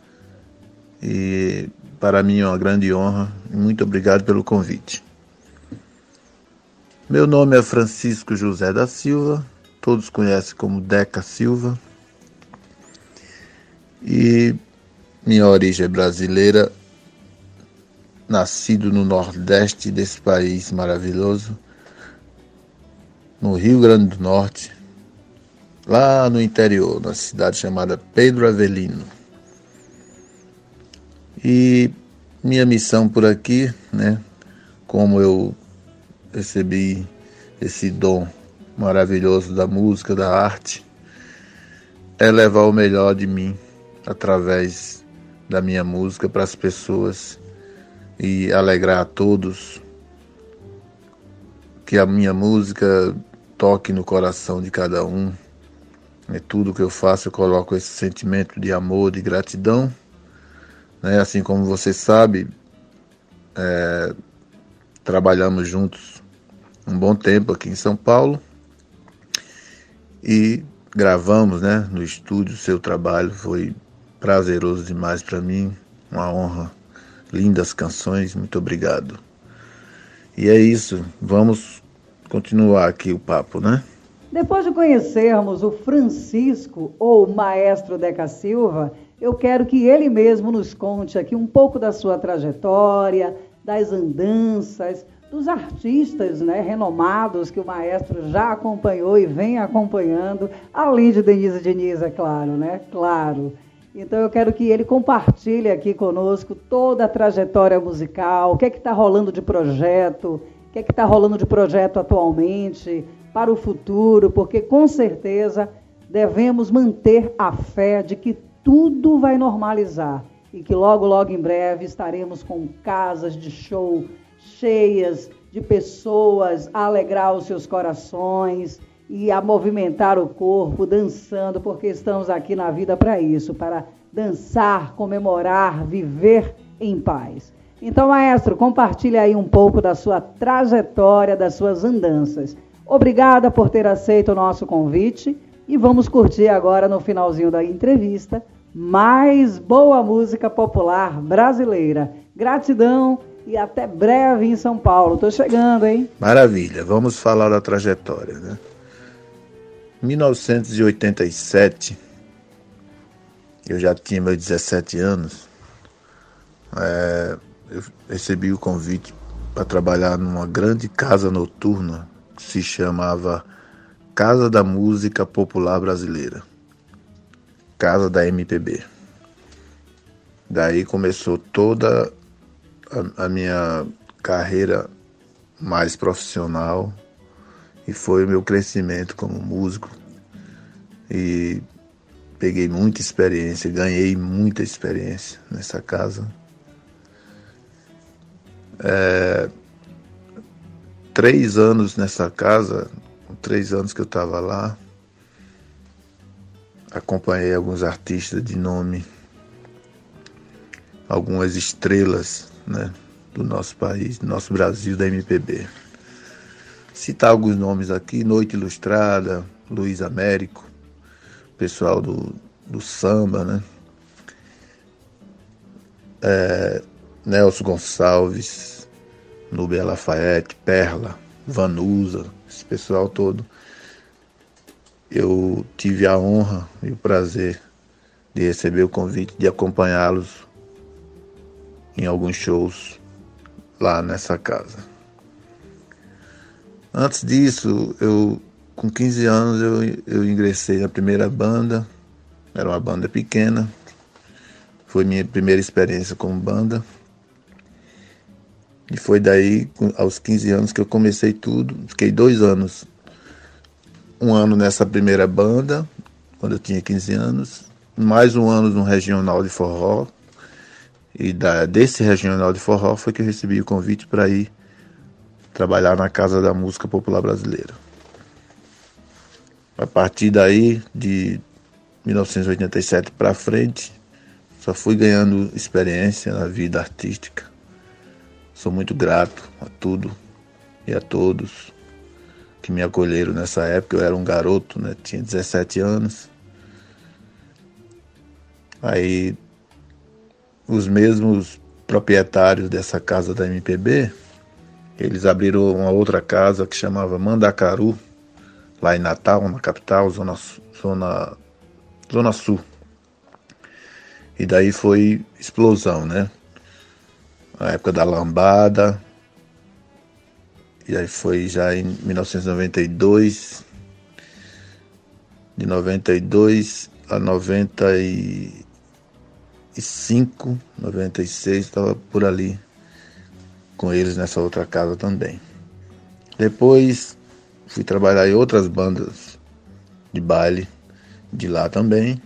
E para mim é uma grande honra. Muito obrigado pelo convite. Meu nome é Francisco José da Silva. Todos conhecem como Deca Silva. E minha origem é brasileira. Nascido no nordeste desse país maravilhoso, no Rio Grande do Norte, lá no interior, na cidade chamada Pedro Avelino. E minha missão por aqui, né, como eu recebi esse dom maravilhoso da música, da arte, é levar o melhor de mim através da minha música para as pessoas e alegrar a todos, que a minha música toque no coração de cada um. É tudo que eu faço, eu coloco esse sentimento de amor, de gratidão, né? Assim como você sabe, é, trabalhamos juntos um bom tempo aqui em São Paulo, e gravamos, né, no estúdio. Seu trabalho foi prazeroso demais para mim, uma honra, lindas canções, muito obrigado. E é isso, vamos continuar aqui o papo, né? Depois de conhecermos o Francisco, ou Maestro Deca Silva, eu quero que ele mesmo nos conte aqui um pouco da sua trajetória, das andanças, dos artistas, né, renomados que o maestro já acompanhou e vem acompanhando, além de Denise Diniz, é claro, né? Claro. Então eu quero que ele compartilhe aqui conosco toda a trajetória musical, o que é que está rolando de projeto, o que é que está rolando de projeto atualmente, para o futuro, porque com certeza devemos manter a fé de que tudo vai normalizar e que logo, logo em breve estaremos com casas de show cheias de pessoas a alegrar os seus corações e a movimentar o corpo, dançando, porque estamos aqui na vida para isso, para dançar, comemorar, viver em paz. Então, maestro, compartilhe aí um pouco da sua trajetória, das suas andanças. Obrigada por ter aceito o nosso convite e vamos curtir agora, no finalzinho da entrevista, mais boa música popular brasileira. Gratidão e até breve em São Paulo. Estou chegando, hein? Maravilha, vamos falar da trajetória, né? Em mil novecentos e oitenta e sete, eu já tinha meus dezessete anos, é, eu recebi o convite para trabalhar numa grande casa noturna que se chamava Casa da Música Popular Brasileira, Casa da M P B. Daí começou toda a, a minha carreira mais profissional e foi o meu crescimento como músico. E peguei muita experiência, ganhei muita experiência nessa casa. É, três anos nessa casa, três anos que eu estava lá, acompanhei alguns artistas de nome, algumas estrelas, né, do nosso país, do nosso Brasil, da M P B. Citar alguns nomes aqui: Noite Ilustrada, Luiz Américo, pessoal do, do samba, né? É, Nelson Gonçalves, Nubia Lafayette, Perla, Vanusa, esse pessoal todo. Eu tive a honra e o prazer de receber o convite de acompanhá-los em alguns shows lá nessa casa. Antes disso, eu, com quinze anos, eu, eu ingressei na primeira banda. Era uma banda pequena. Foi minha primeira experiência como banda. E foi daí, aos quinze anos, que eu comecei tudo. Fiquei dois anos. Um ano nessa primeira banda, quando eu tinha quinze anos. Mais um ano no regional de forró. E da, desse regional de forró foi que eu recebi o convite para ir trabalhar na Casa da Música Popular Brasileira. A partir daí, de mil novecentos e oitenta e sete para frente, só fui ganhando experiência na vida artística. Sou muito grato a tudo e a todos que me acolheram nessa época. Eu era um garoto, né? Tinha dezessete anos. Aí, os mesmos proprietários dessa casa da M P B, eles abriram uma outra casa que chamava Mandacaru, lá em Natal, na capital, zona, zona, zona sul. E daí foi explosão, né? A época da lambada. E aí foi já em mil novecentos e noventa e dois. De noventa e dois a noventa e cinco, noventa e seis, estava por ali com eles nessa outra casa também. Depois fui trabalhar em outras bandas de baile de lá também,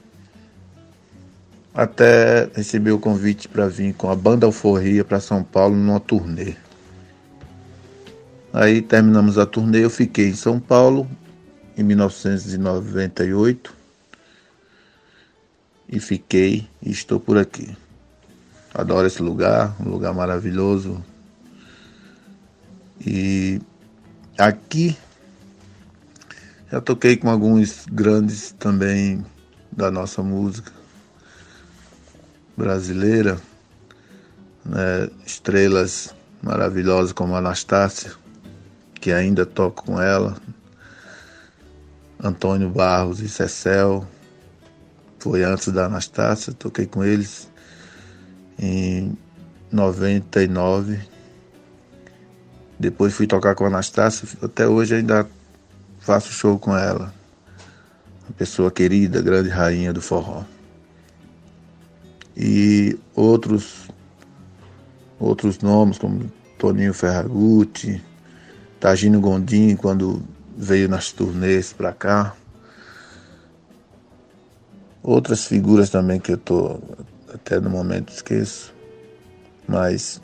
até receber o convite para vir com a Banda Alforria para São Paulo numa turnê. Aí terminamos a turnê, eu fiquei em São Paulo em mil novecentos e noventa e oito e fiquei e estou por aqui. Adoro esse lugar, um lugar maravilhoso. E aqui Já toquei com alguns grandes também da nossa música brasileira, né? Estrelas maravilhosas como a Anastácia, que ainda toco com ela, Antônio Barros e Cecel, foi antes da Anastácia, toquei com eles em noventa e nove, depois fui tocar com a Anastácia, até hoje ainda faço show com ela, uma pessoa querida, grande rainha do forró. E outros, outros nomes como Toninho Ferragutti, Tagino Gondim, quando veio nas turnês pra cá. Outras figuras também que eu tô, até no momento esqueço, mas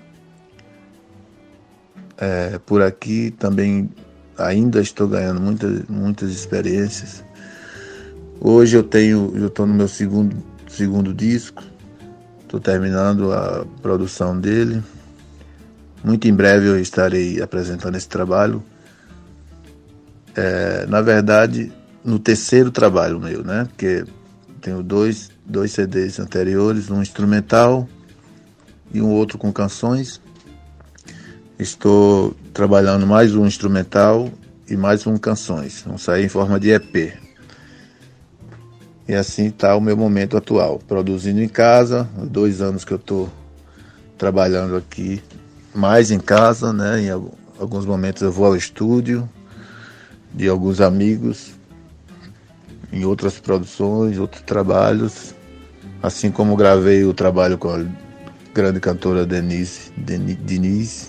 é, por aqui também ainda estou ganhando muitas, muitas experiências. Hoje eu tenho, eu estou no meu segundo, segundo disco, estou terminando a produção dele. Muito em breve eu estarei apresentando esse trabalho. É, na verdade, no terceiro trabalho meu, né? Porque tenho dois, dois C Ds anteriores, um instrumental e um outro com canções. Estou trabalhando mais um instrumental e mais um canções. Vão sair em forma de E P. E assim está o meu momento atual. Produzindo em casa, há dois anos que eu estou trabalhando aqui, mais em casa, né? Em alguns momentos eu vou ao estúdio de alguns amigos, em outras produções, outros trabalhos, assim como gravei o trabalho com a grande cantora Denise, Denise.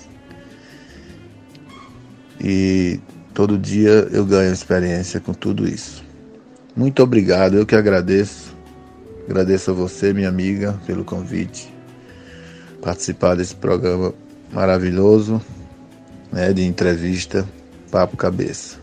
E todo dia eu ganho experiência com tudo isso. Muito obrigado, eu que agradeço. Agradeço a você, minha amiga, pelo convite. Participar desse programa maravilhoso, né, de entrevista, Papo Cabeça.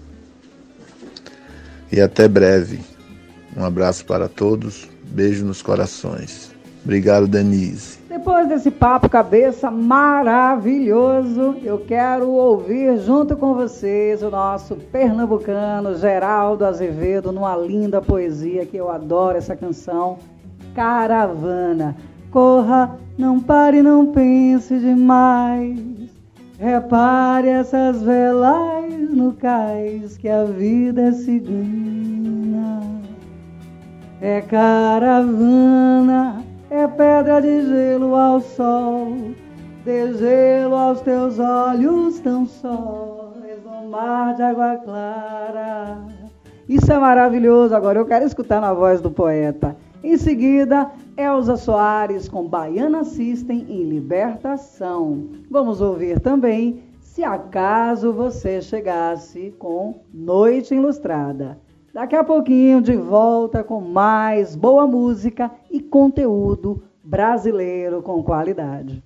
E até breve. Um abraço para todos, beijo nos corações. Obrigado, Denise. Depois desse papo cabeça maravilhoso, eu quero ouvir junto com vocês o nosso pernambucano Geraldo Azevedo, numa linda poesia que eu adoro essa canção, Caravana. Corra, não pare, não pense demais, repare essas velas no cais, que a vida é cigana, é caravana. É pedra de gelo ao sol, de gelo aos teus olhos tão sóis, no mar de água clara. Isso é maravilhoso. Agora eu quero escutar na voz do poeta. Em seguida, Elza Soares com Baiana System em Libertação. Vamos ouvir também Se Acaso Você Chegasse com Noite Ilustrada. Daqui a pouquinho de volta com mais boa música e conteúdo brasileiro com qualidade.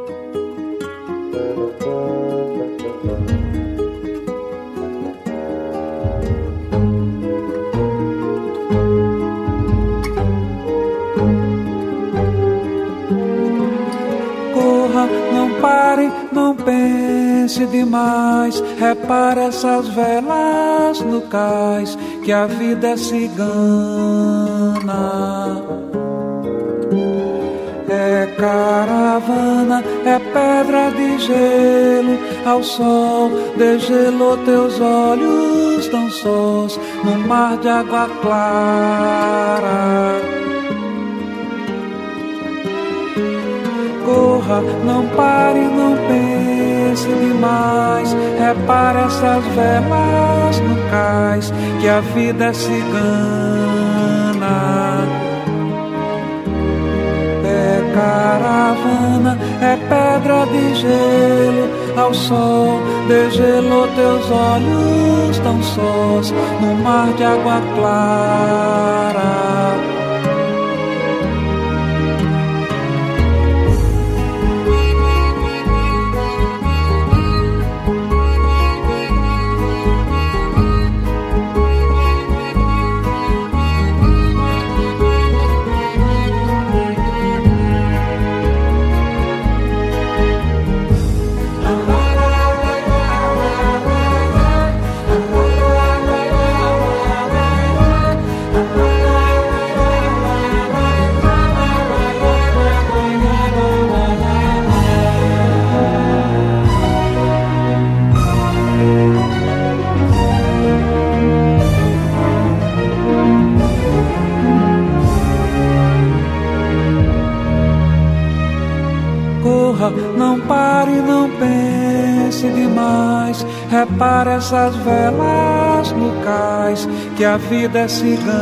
Corra, não pare, não pense demais, repare essas velas no cais, que a vida é cigana, é caravana, é pedra de gelo ao sol, de gelo teus olhos tão sós, no mar de água clara. Corra, não pare, não pense demais, repare essas velas no cais, que a vida é cigana, é caravana, é pedra de gelo ao sol, de gelo teus olhos tão sós, no mar de água clara. corra, não pare, não pense demais. Repare essas velas no cais, que a vida é cigana.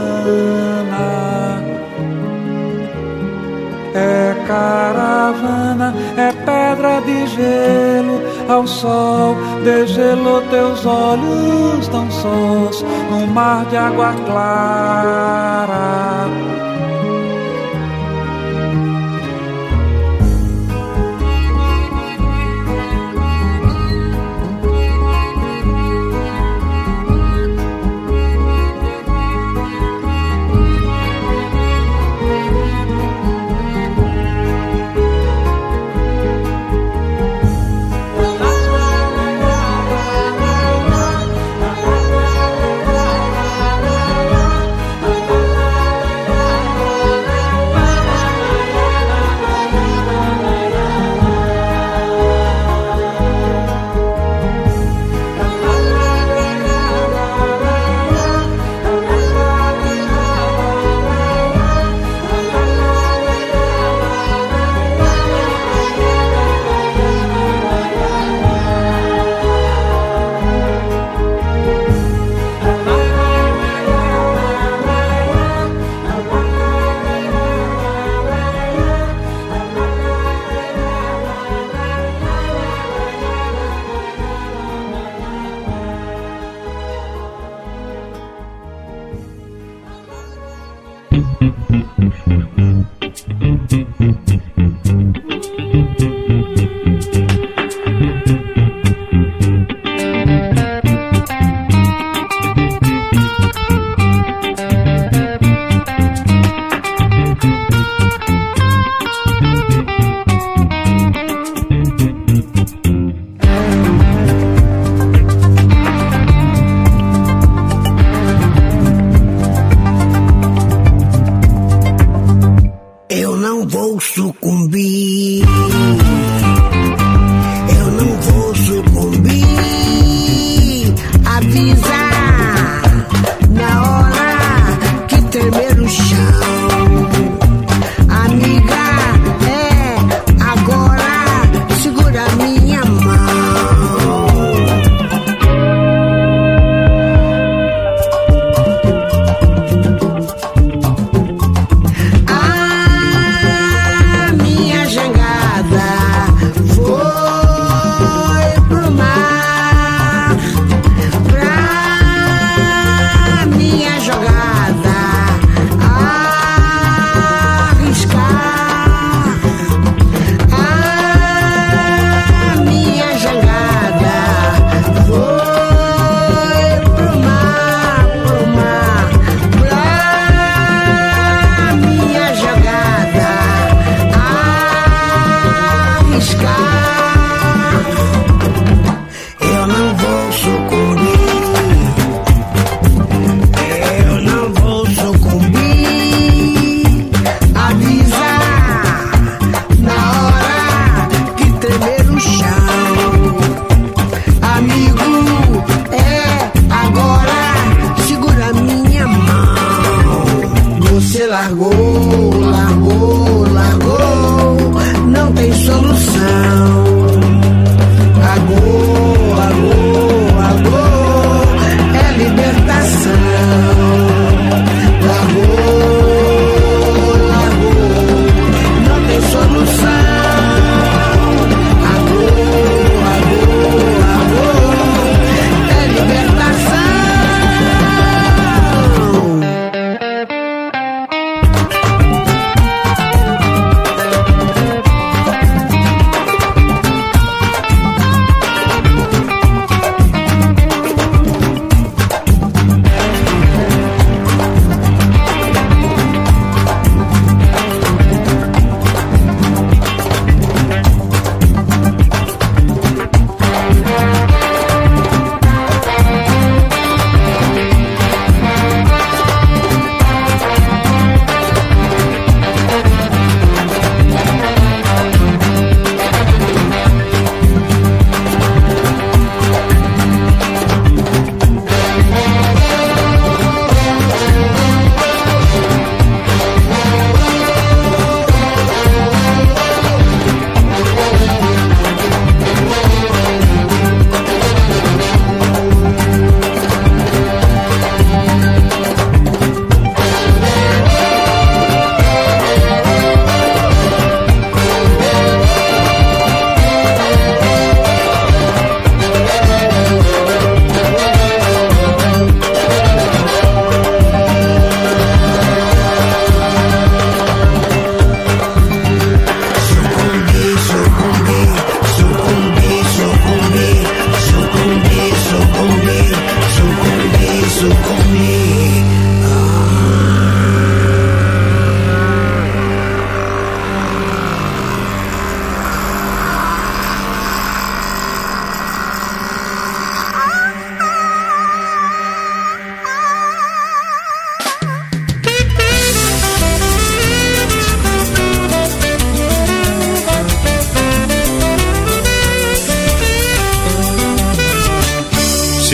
É caravana, é pedra de gelo, ao sol degelou teus olhos tão sós, num mar de água clara.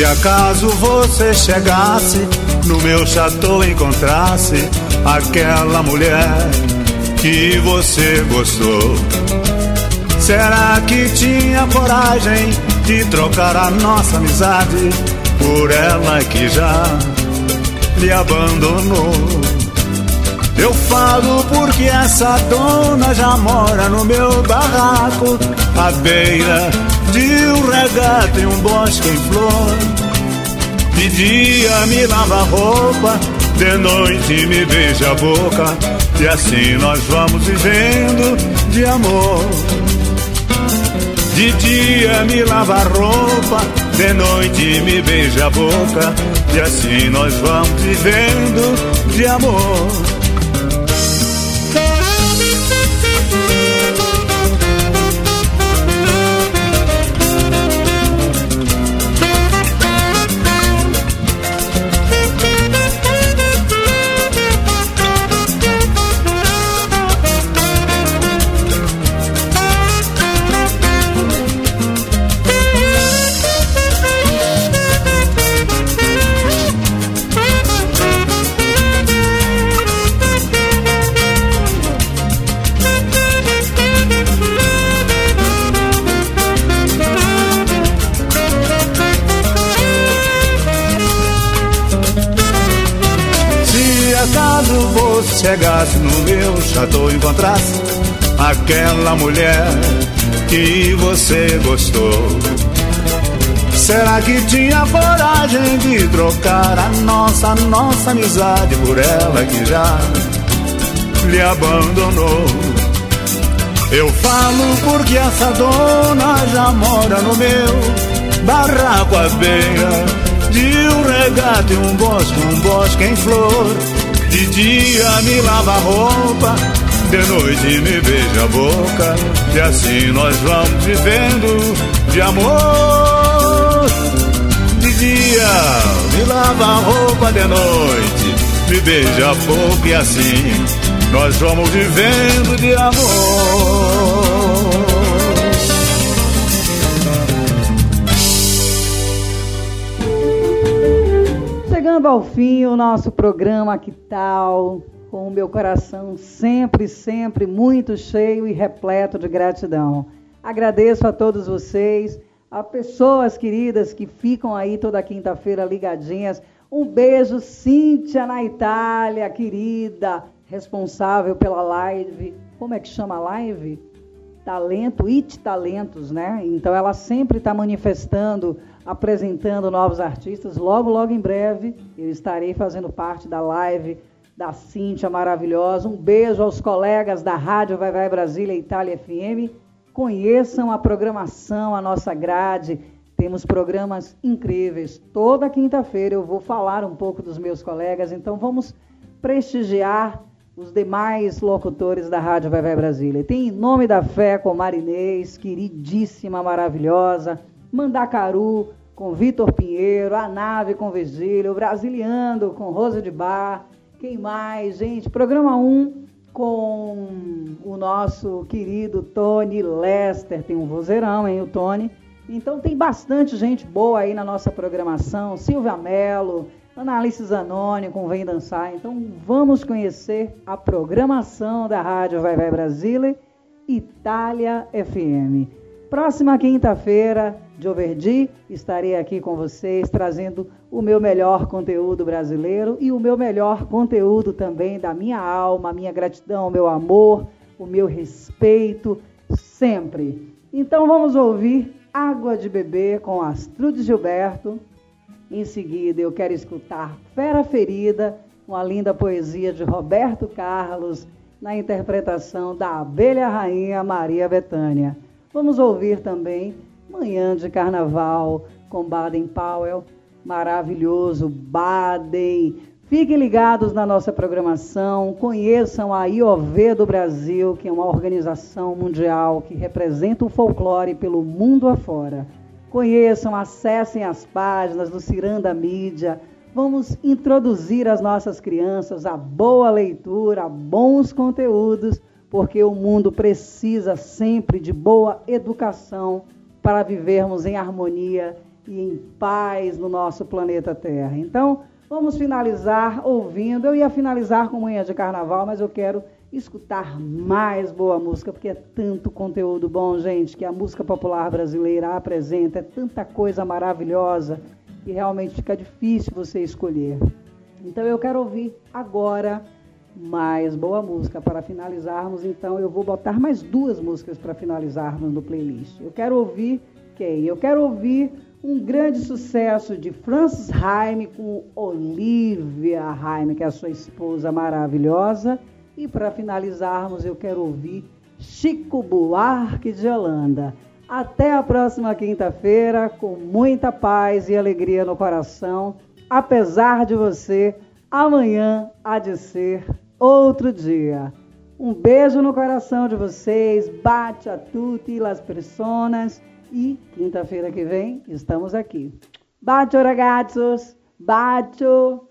Se acaso você chegasse no meu chateau, encontrasse aquela mulher que você gostou, será que tinha coragem de trocar a nossa amizade por ela que já lhe abandonou? Eu falo porque essa dona já mora no meu barraco, à beira de um regato e um bosque em flor. De dia me lava a roupa, de noite me beija a boca, e assim nós vamos vivendo de amor. De dia me lava a roupa, de noite me beija a boca, e assim nós vamos vivendo de amor. Chegasse no meu chateau, encontrasse aquela mulher que você gostou, será que tinha coragem de trocar a nossa, nossa amizade por ela que já lhe abandonou? Eu falo porque essa dona já mora no meu barraco à beira de um regato e um bosque, um bosque em flor. De dia me lava a roupa, de noite me beija a boca, e assim nós vamos vivendo de amor. De dia me lava a roupa, de noite me beija a boca, e assim nós vamos vivendo de amor. Chegando ao fim o nosso programa Que Tal, com o meu coração sempre, sempre muito cheio e repleto de gratidão. Agradeço a todos vocês, a pessoas queridas que ficam aí toda quinta-feira ligadinhas. Um beijo, Cíntia, na Itália, querida, responsável pela live. Como é que chama a live? Talento, It Talentos, né? Então ela sempre está manifestando, apresentando novos artistas. Logo, logo em breve, eu estarei fazendo parte da live da Cíntia maravilhosa. Um beijo aos colegas da Rádio Vai Vai Brasília Itália F M. Conheçam a programação, a nossa grade. Temos programas incríveis. Toda quinta-feira eu vou falar um pouco dos meus colegas, então vamos prestigiar os demais locutores da Rádio Vai Vai Brasília. Tem Em Nome da Fé com Marinês, queridíssima, maravilhosa. Mandacaru com Vitor Pinheiro, A Nave com Virgílio, Brasiliando com Rosa de Bar. Quem mais, gente? Programa um com o nosso querido Tony Lester. Tem um vozeirão, hein, o Tony? Então tem bastante gente boa aí na nossa programação. Silvia Mello, Analice Zanoni com Vem Dançar. Então vamos conhecer a programação da Rádio Vai Vai Brasília Itália F M. Próxima quinta-feira de Overdi, estarei aqui com vocês trazendo o meu melhor conteúdo brasileiro e o meu melhor conteúdo também da minha alma, a minha gratidão, o meu amor, o meu respeito, sempre. Então vamos ouvir Água de Beber com Astrude Gilberto. Em seguida eu quero escutar Fera Ferida, uma linda poesia de Roberto Carlos, na interpretação da abelha rainha Maria Bethânia. Vamos ouvir também Manhã de Carnaval com Baden Powell, maravilhoso Baden. Fiquem ligados na nossa programação, conheçam a I O V do Brasil, que é uma organização mundial que representa o folclore pelo mundo afora. Conheçam, acessem as páginas do Ciranda Mídia. Vamos introduzir as nossas crianças a boa leitura, a bons conteúdos, porque o mundo precisa sempre de boa educação para vivermos em harmonia e em paz no nosso planeta Terra. Então, vamos finalizar ouvindo. Eu ia finalizar com Manhã de Carnaval, mas eu quero escutar mais boa música, porque é tanto conteúdo bom, gente, que a música popular brasileira apresenta, é tanta coisa maravilhosa que realmente fica difícil você escolher. Então eu quero ouvir agora mais boa música para finalizarmos. Então eu vou botar mais duas músicas para finalizarmos no playlist. Eu quero ouvir quem? Eu quero ouvir um grande sucesso de Francis Haime com Olivia Haime, que é a sua esposa maravilhosa. E para finalizarmos, eu quero ouvir Chico Buarque de Holanda. Até a próxima quinta-feira, com muita paz e alegria no coração. Apesar de você, amanhã há de ser outro dia. Um beijo no coração de vocês. Bate a tutti las personas. E quinta-feira que vem, estamos aqui. Bacio, ragazos. Bacio.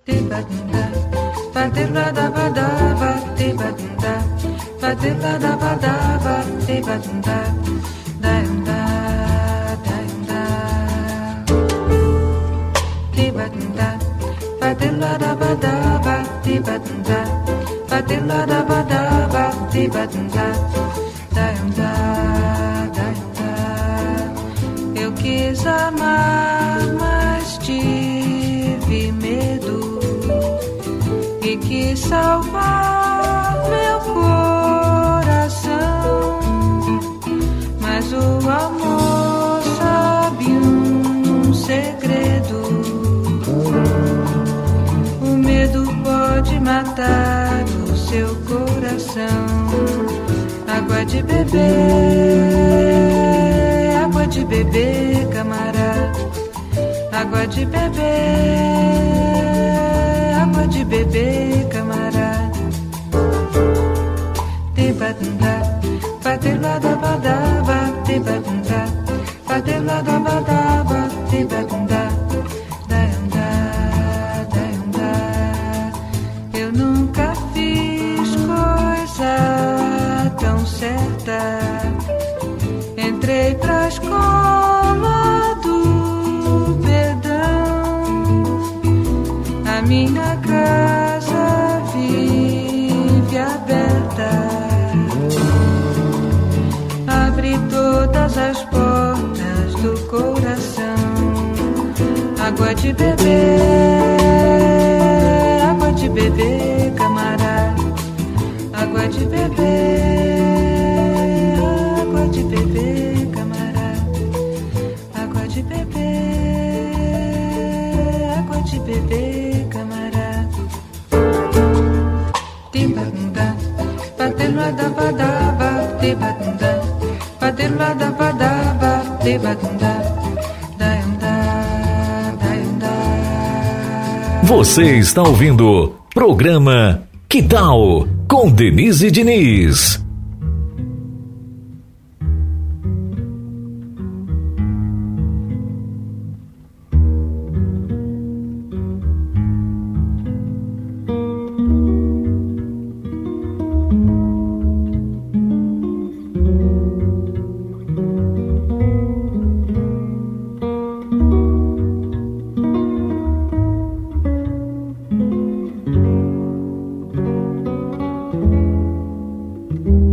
Eu quis amar, mas tive medo e quis salvar meu coração, mas o amor sabe um segredo. O medo pode matar o seu coração. Água de beber, água de beber, camarada. Água de beber, água de beber, camarada. Tebadunda, bateladabadaba, tebadunda, bateladabadaba, tebadunda, daiunda, daiunda. Eu nunca fiz coisa tão certa. Entrei pra escola do perdão. A minha casa vive aberta. Abre todas as portas do coração. Água de beber, água de beber, camarada. Água de beber, água de beber, camarada. Água de beber, água de beber, camarada. Tibadunda, bateladabadaba, tibadunda, bateladabadaba, tibadunda, daiunda, daiunda. Você está ouvindo programa Que Tal? Com Denise Diniz. Thank you.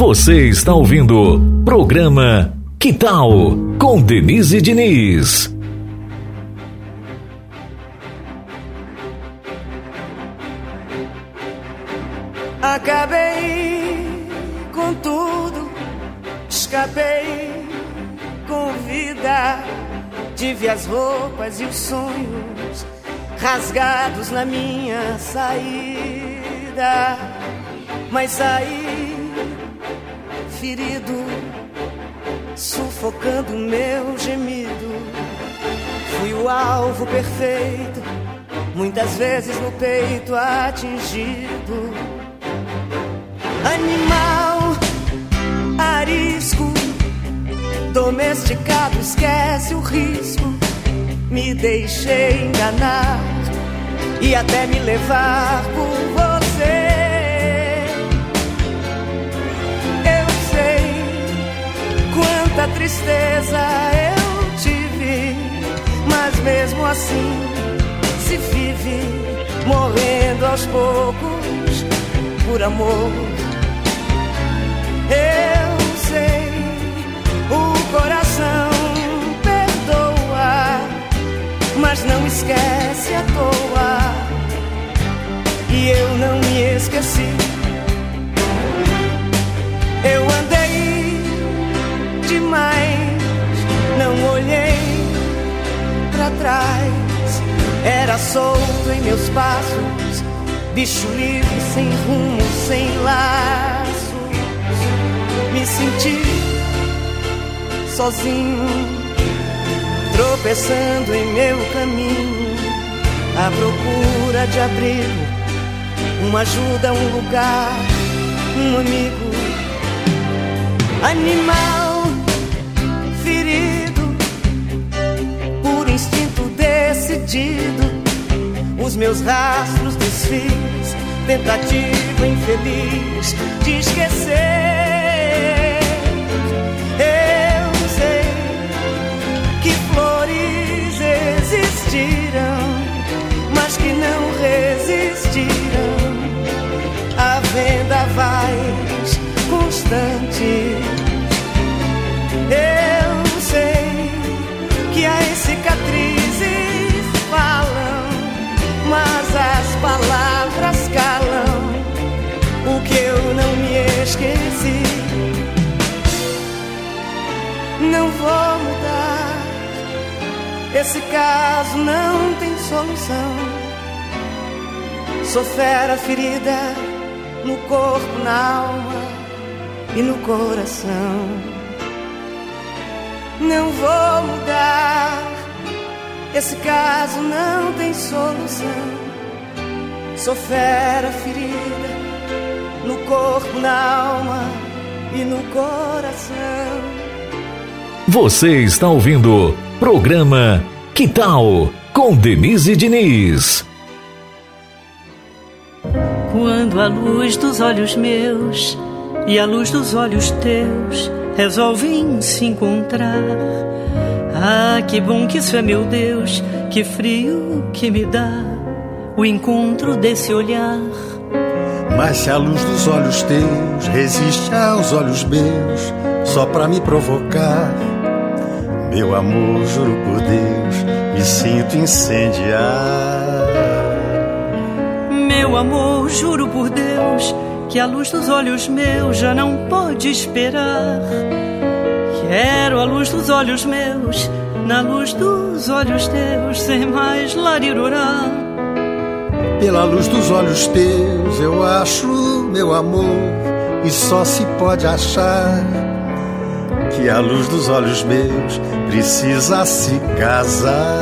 Você está ouvindo programa Que Tal? Com Denise Diniz. Acabei com tudo, escapei com vida, tive as roupas e os sonhos rasgados na minha saída, mas saí ferido, sufocando meu gemido. Fui o alvo perfeito, muitas vezes no peito atingido. Animal arisco, domesticado, esquece o risco. Me deixei enganar e até me levar por você. Eu sei quanta tristeza eu tive, mas mesmo assim se vive morrendo aos poucos por amor. Eu sei, o coração perdoa, mas não esquece à toa. E eu não me esqueci. Eu andei demais, não olhei pra trás. Era solto em meus passos, bicho livre, sem rumo, sem laços. Me senti sozinho, tropeçando em meu caminho, à procura de abrigo, uma ajuda, um lugar, um amigo. Animal ferido, por instinto decidido, os meus rastros desfiz, tentativa infeliz de esquecer. Eu sei que flores existiram, mas que não resistiram a vendavais constantes. Eu sei que as cicatrizes falam, mas as palavras calam o que eu não me esqueci. Não vou mudar, esse caso não tem solução. Sou fera ferida no corpo, na alma e no coração. Não vou mudar, esse caso não tem solução. Sou fera ferida no corpo, na alma e no coração. Você está ouvindo programa Que Tal? Com Denise Diniz. Quando a luz dos olhos meus e a luz dos olhos teus resolvem se encontrar, ah, que bom que isso é, meu Deus, que frio que me dá o encontro desse olhar. Mas se a luz dos olhos teus resiste aos olhos meus, só pra me provocar, meu amor, juro por Deus, me sinto incendiar. Meu amor, juro por Deus, que a luz dos olhos meus já não pode esperar. Quero a luz dos olhos meus, na luz dos olhos teus, sem mais larirurá. Pela luz dos olhos teus eu acho, meu amor, e só se pode achar que a luz dos olhos meus precisa se casar.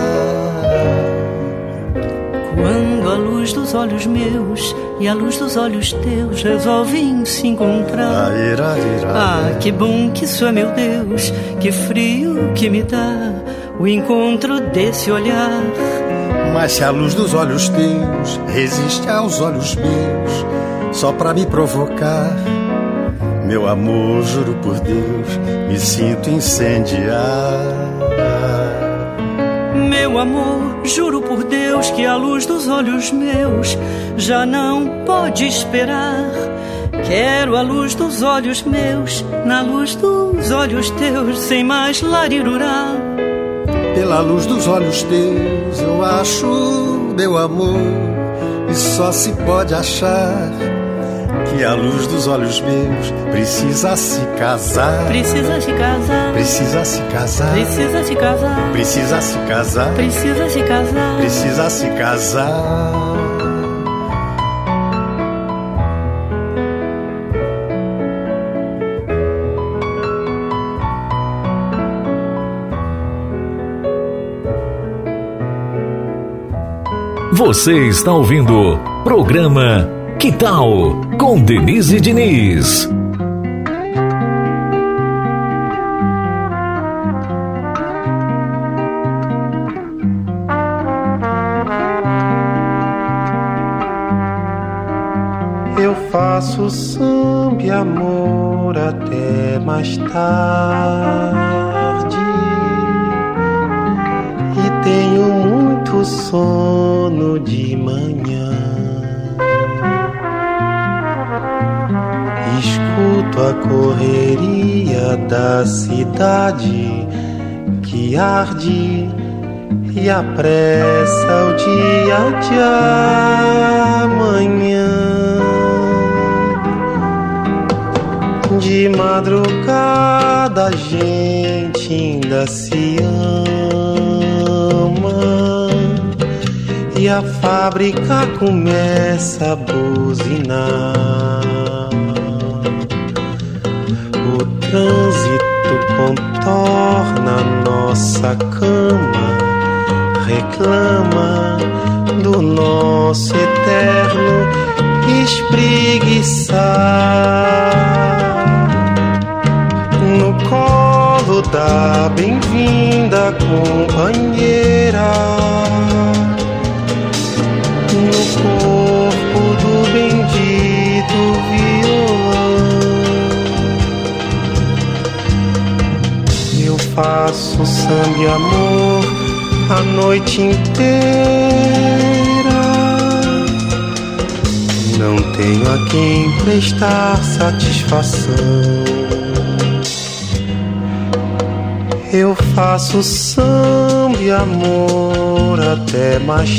Quando a luz dos olhos meus e a luz dos olhos teus resolvem se encontrar, ah, que bom que isso é, meu Deus, que frio que me dá o encontro desse olhar. Mas se a luz dos olhos teus resiste aos olhos meus, só pra me provocar, meu amor, juro por Deus, me sinto incendiar. Meu amor, juro por Deus, que a luz dos olhos meus já não pode esperar. Quero a luz dos olhos meus, na luz dos olhos teus, sem mais larirurá. Pela luz dos olhos teus eu acho meu amor, e só se pode achar que a luz dos olhos meus precisa se casar. Precisa se casar. Precisa se casar. Precisa se casar. Precisa se casar. Precisa se casar. Precisa se casar. Você está ouvindo programa Que Tal? Com Denise Diniz. Eu faço samba e amor até mais tarde, e tenho muito sono de manhã. Escuto a correria da cidade que arde e apressa o dia de amanhã. De madrugada a gente ainda se ama, e a fábrica começa a buzinar. O trânsito contorna nossa cama, reclama do nosso eterno espreguiçar. No colo da bem-vinda companheira, no corpo do bendito violão, eu faço samba e amor a noite inteira. Não tenho a quem prestar satisfação. Eu faço samba e amor até mais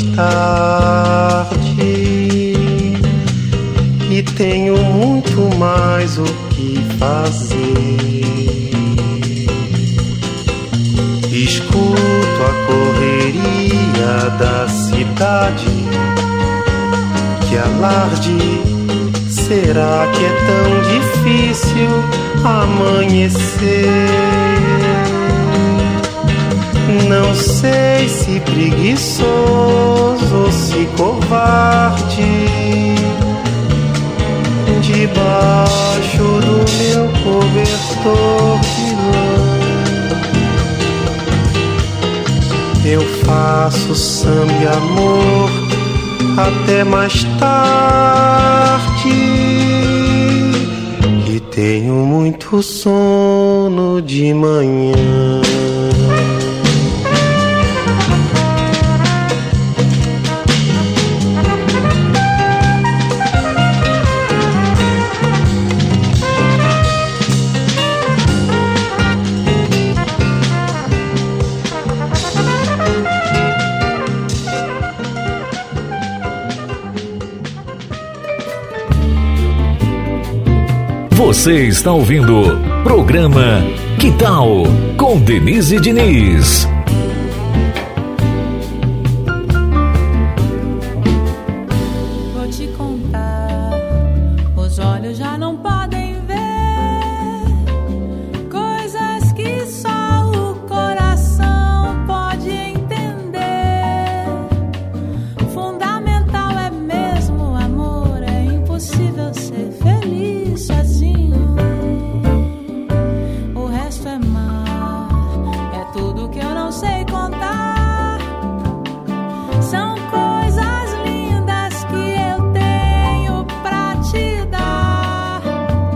tarde, e tenho muito mais o que fazer. Escuto a correria da cidade que alarde. Será que é tão difícil amanhecer? Não sei se preguiçoso ou se covarde, debaixo do meu cobertor de lã, eu faço samba e amor até mais tarde, e tenho muito sono de manhã. Você está ouvindo programa Que Tal? Com Denise Diniz. Vou te contar, os olhos já não podem ver coisas que só o coração pode entender. Fundamental é mesmo o amor, é impossível ser feliz sozinho. O resto é mar, é tudo que eu não sei contar. São coisas lindas que eu tenho pra te dar.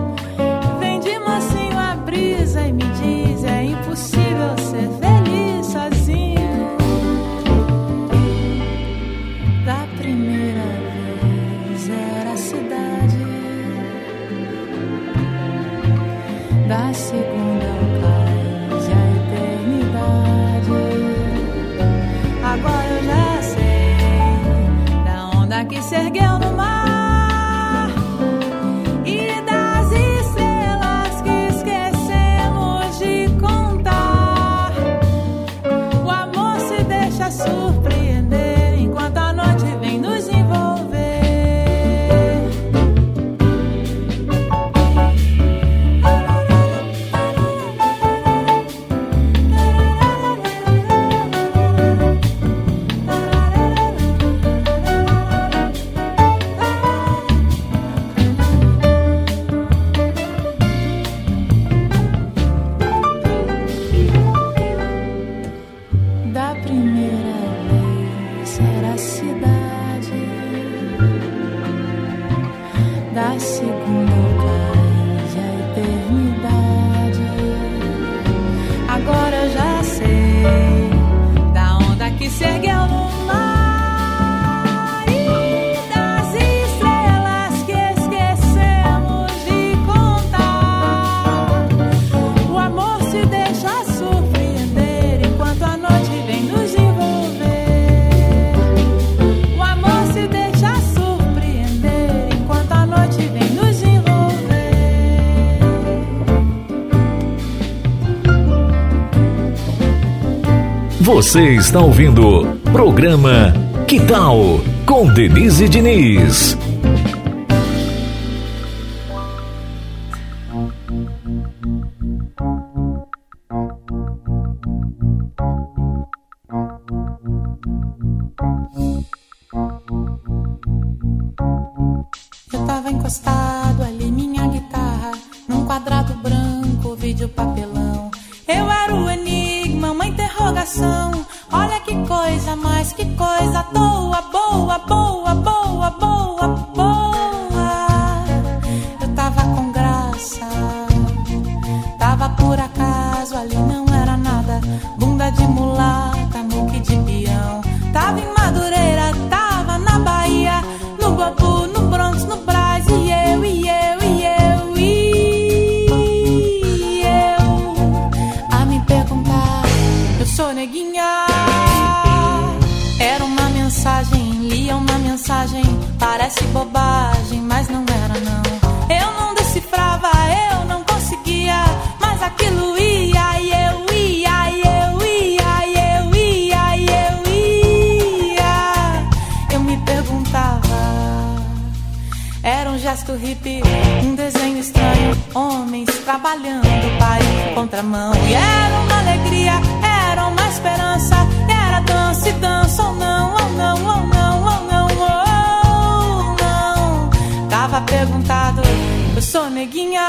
da segunda ao cais e a eternidade. Agora eu já sei da onda que se ergueu no mar e das estrelas que esquecemos de contar. O amor se deixa surpreender enquanto a noite vem nos envolver. Da primeira vez era a cidade, da segunda ao cais e a eternidade. Agora eu já sei da onda que se ergueu no mar e das estrelas que esquecemos de contar. O amor se deixa surpreender enquanto a noite vem nos envolver. O amor se deixa surpreender enquanto a noite vem nos envolver. Você está ouvindo o programa Que Tal? Com Denise Diniz. Eu tava encostado ali, minha guitarra, num quadrado branco, vídeo papelão. Eu era o enigma, uma interrogação. Olha que coisa, mais que coisa, toa, boa, boa, boa, boa, boa. Eu tava com graça, tava por acaso, ali não era nada. Bunda de mulata, muque de peão. Tava em Madureira, tava na Bahia, no Guapu, no Bronx, no Brás. E eu, e eu, e eu, e eu a me perguntar, eu sou neguinha. Era uma mensagem, lia uma mensagem, parece bobagem, mas não era não. Eu não decifrava, eu não conseguia, mas aquilo ia, e eu ia, e eu ia, e eu ia, e eu ia. Eu me perguntava, era um gesto hippie, um desenho estranho, homens trabalhando, pai contramão. E era uma alegria, era uma esperança, era dança e dança, ou não, ou não, ou não, ou não, ou não. Tava perguntado, eu sou neguinha.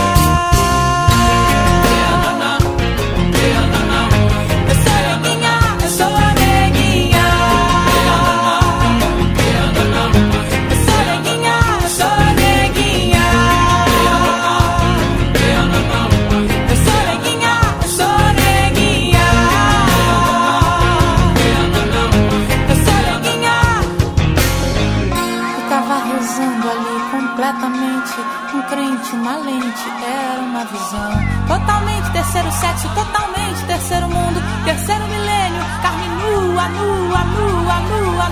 Eu sou neguinha, eu sou neguinha. Eu sou neguinha, eu sou neguinha. Eu sou neguinha, eu sou neguinha. Eu sou neguinha. Eu tava rezando ali completamente, um crente, uma lente, era uma visão. Totalmente terceiro sexo, totalmente terceiro mundo, terceiro milênio, carne nua, nua, nua, nua,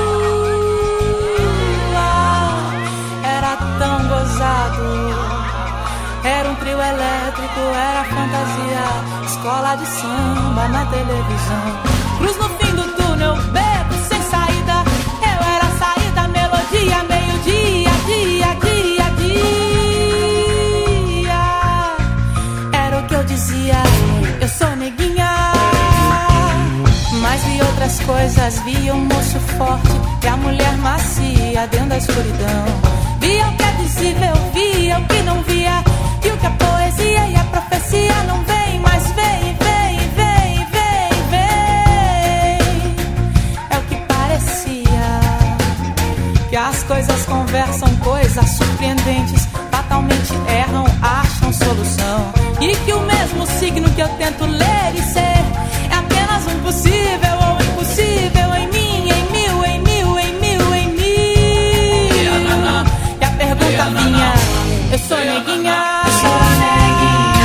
nua. Era tão gozado, era um trio elétrico, era fantasia, escola de samba na televisão. Cruz no fim do túnel, beco sem saída, eu era a saída, melodia, meio-dia, dia, dia, dia. Era o que eu dizia, eu sou neguinha. Mas vi outras coisas, vi um moço forte e a mulher macia dentro da escuridão. Via o que é visível, via o que não via, e o que a poesia e a profecia não vem, mas vem, vem, vem, vem, vem. É o que parecia, que as coisas conversam, coisas surpreendentes, fatalmente erram, acham solução, e que o mesmo signo que eu tento ler e ser é apenas um possível ou impossível em mim, em mil, em mil, em mil, em mil. E a pergunta vinha, eu sou neguinha, eu sou neguinha.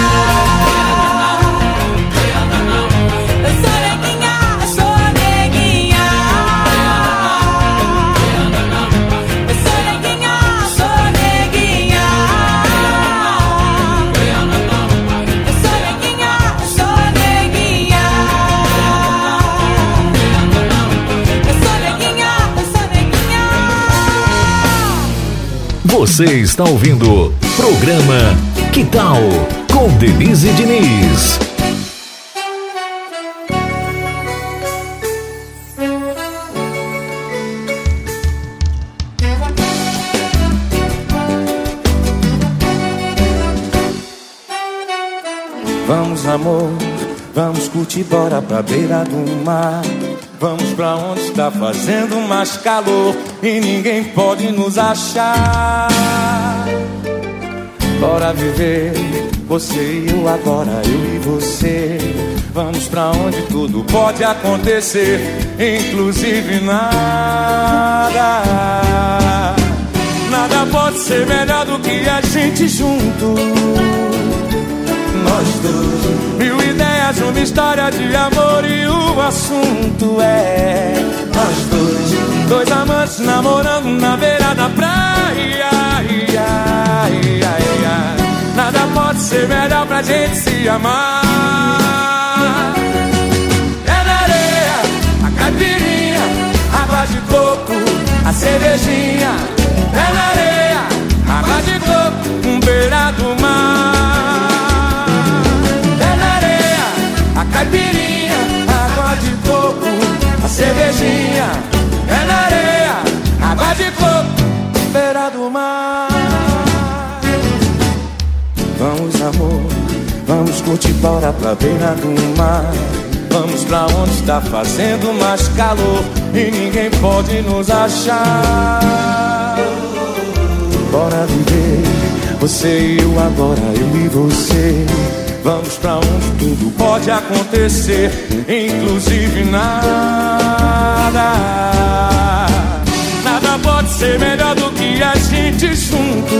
Você está ouvindo programa Que Tal? Com Denise Diniz. Vamos, amor, vamos curtir, bora pra beira do mar. Vamos pra onde está fazendo mais calor e ninguém pode nos achar. Bora viver, você e eu agora, eu e você. Vamos pra onde tudo pode acontecer, inclusive nada. Nada pode ser melhor do que a gente junto. Nós dois, mil ideias, uma história de amor e o assunto é nós dois, dois amantes namorando na beira da praia. Ia, ia, ia. Nada pode ser melhor pra gente se amar. É na areia, a caipirinha, água de coco, a cervejinha. É na areia, água de coco, um beira do mar. A caipirinha, água de coco, a cervejinha. É na areia, água de coco, beira do mar. Vamos, amor, vamos curtir, bora pra beira do mar. Vamos pra onde está fazendo mais calor e ninguém pode nos achar. Bora viver, você e eu agora, eu e você. Vamos pra onde tudo pode acontecer, inclusive nada. Nada pode ser melhor do que a gente junto.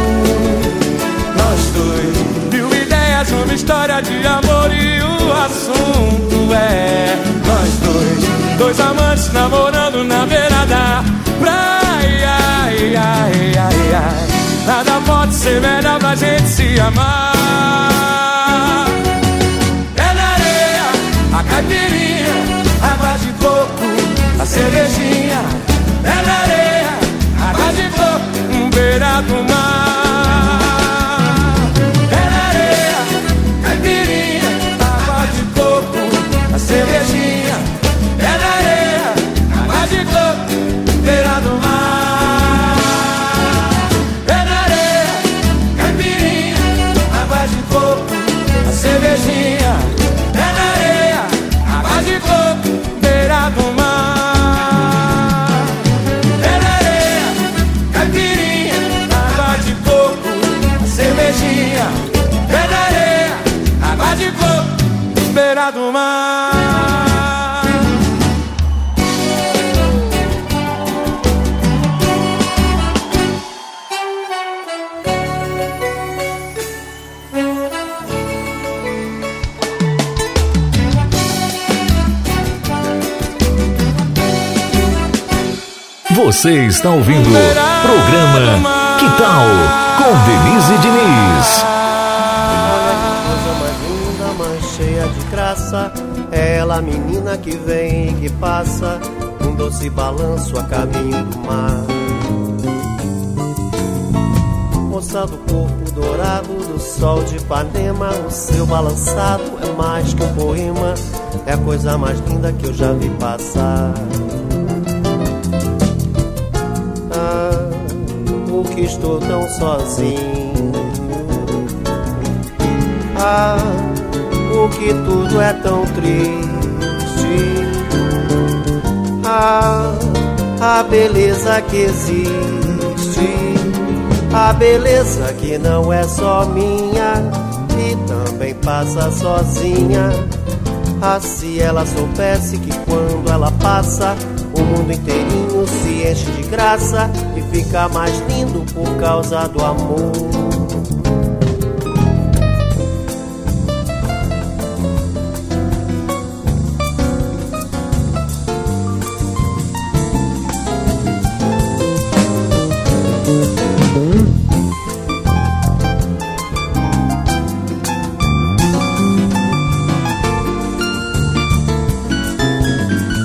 Nós dois, mil ideias, uma história de amor e o assunto é nós dois, dois amantes namorando na beira da praia. Ai, ai, ai, ai. Nada pode ser melhor pra gente se amar. A caipirinha, água de coco, a cervejinha. É na areia, água de coco, um beira do mar. É na areia, caipirinha, água de coco, a cervejinha. É na areia, água de coco, beira do mar. É na areia, caipirinha, água de coco, a cervejinha. É na areia, água de coco, beira do mar. É na areia, caipirinha, água de coco, cervejinha. É na areia, água de coco, beira do mar. Você está ouvindo o programa Que Tal? Com Denise Diniz. Coisa mais linda, mais cheia de graça, é ela a menina que vem e que passa, um doce balanço a caminho do mar. Moça do corpo dourado do sol de Ipanema, o seu balançado é mais que um poema, é a coisa mais linda que eu já vi passar. Que estou tão sozinho. Ah, o que tudo é tão triste. Ah, a beleza que existe, a beleza que não é só minha e também passa sozinha. Ah, se ela soubesse que quando ela passa, o mundo inteirinho se enche de graça e fica mais lindo por causa do amor.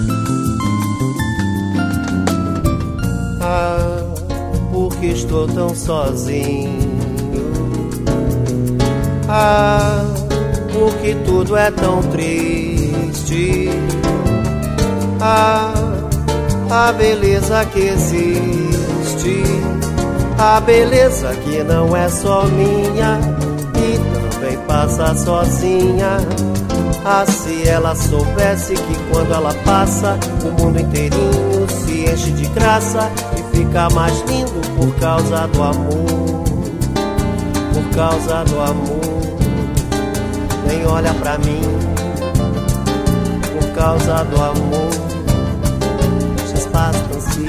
Estou tão tão sozinho. Ah, porque tudo é tão triste. Ah, a beleza que existe, a beleza que não é só minha e também passa sozinha. Ah, se ela soubesse que quando ela passa, o mundo inteirinho se enche de graça e fica mais lindo por causa do amor, por causa do amor. Nem olha pra mim, por causa do amor. J'espace-t-ainsi.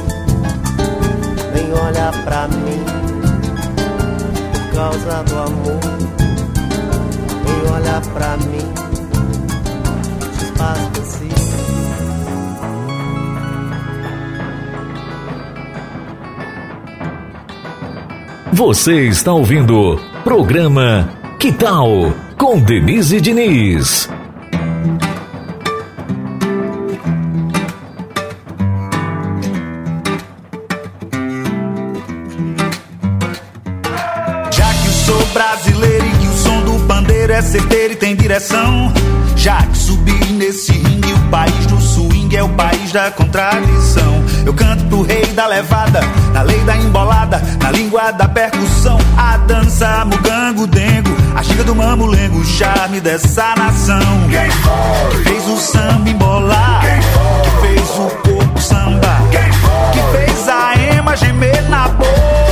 Nem olha pra mim, por causa do amor. Nem olha pra mim. Você está ouvindo programa Que Tal? Com Denise Diniz. Já que eu sou brasileiro e que o som do pandeiro é certeiro e tem direção, já que subi nesse ringue, o país do swing é o país da contradição. Eu canto pro rei da levada, na lei da embolada, na língua da percussão. A dança, mugango, dengo, a xiga do mamulengo, o charme dessa nação. Quem foi? Que fez o samba embolar? Quem foi? Que fez o corpo samba? Quem foi? Que fez a ema gemer na boa?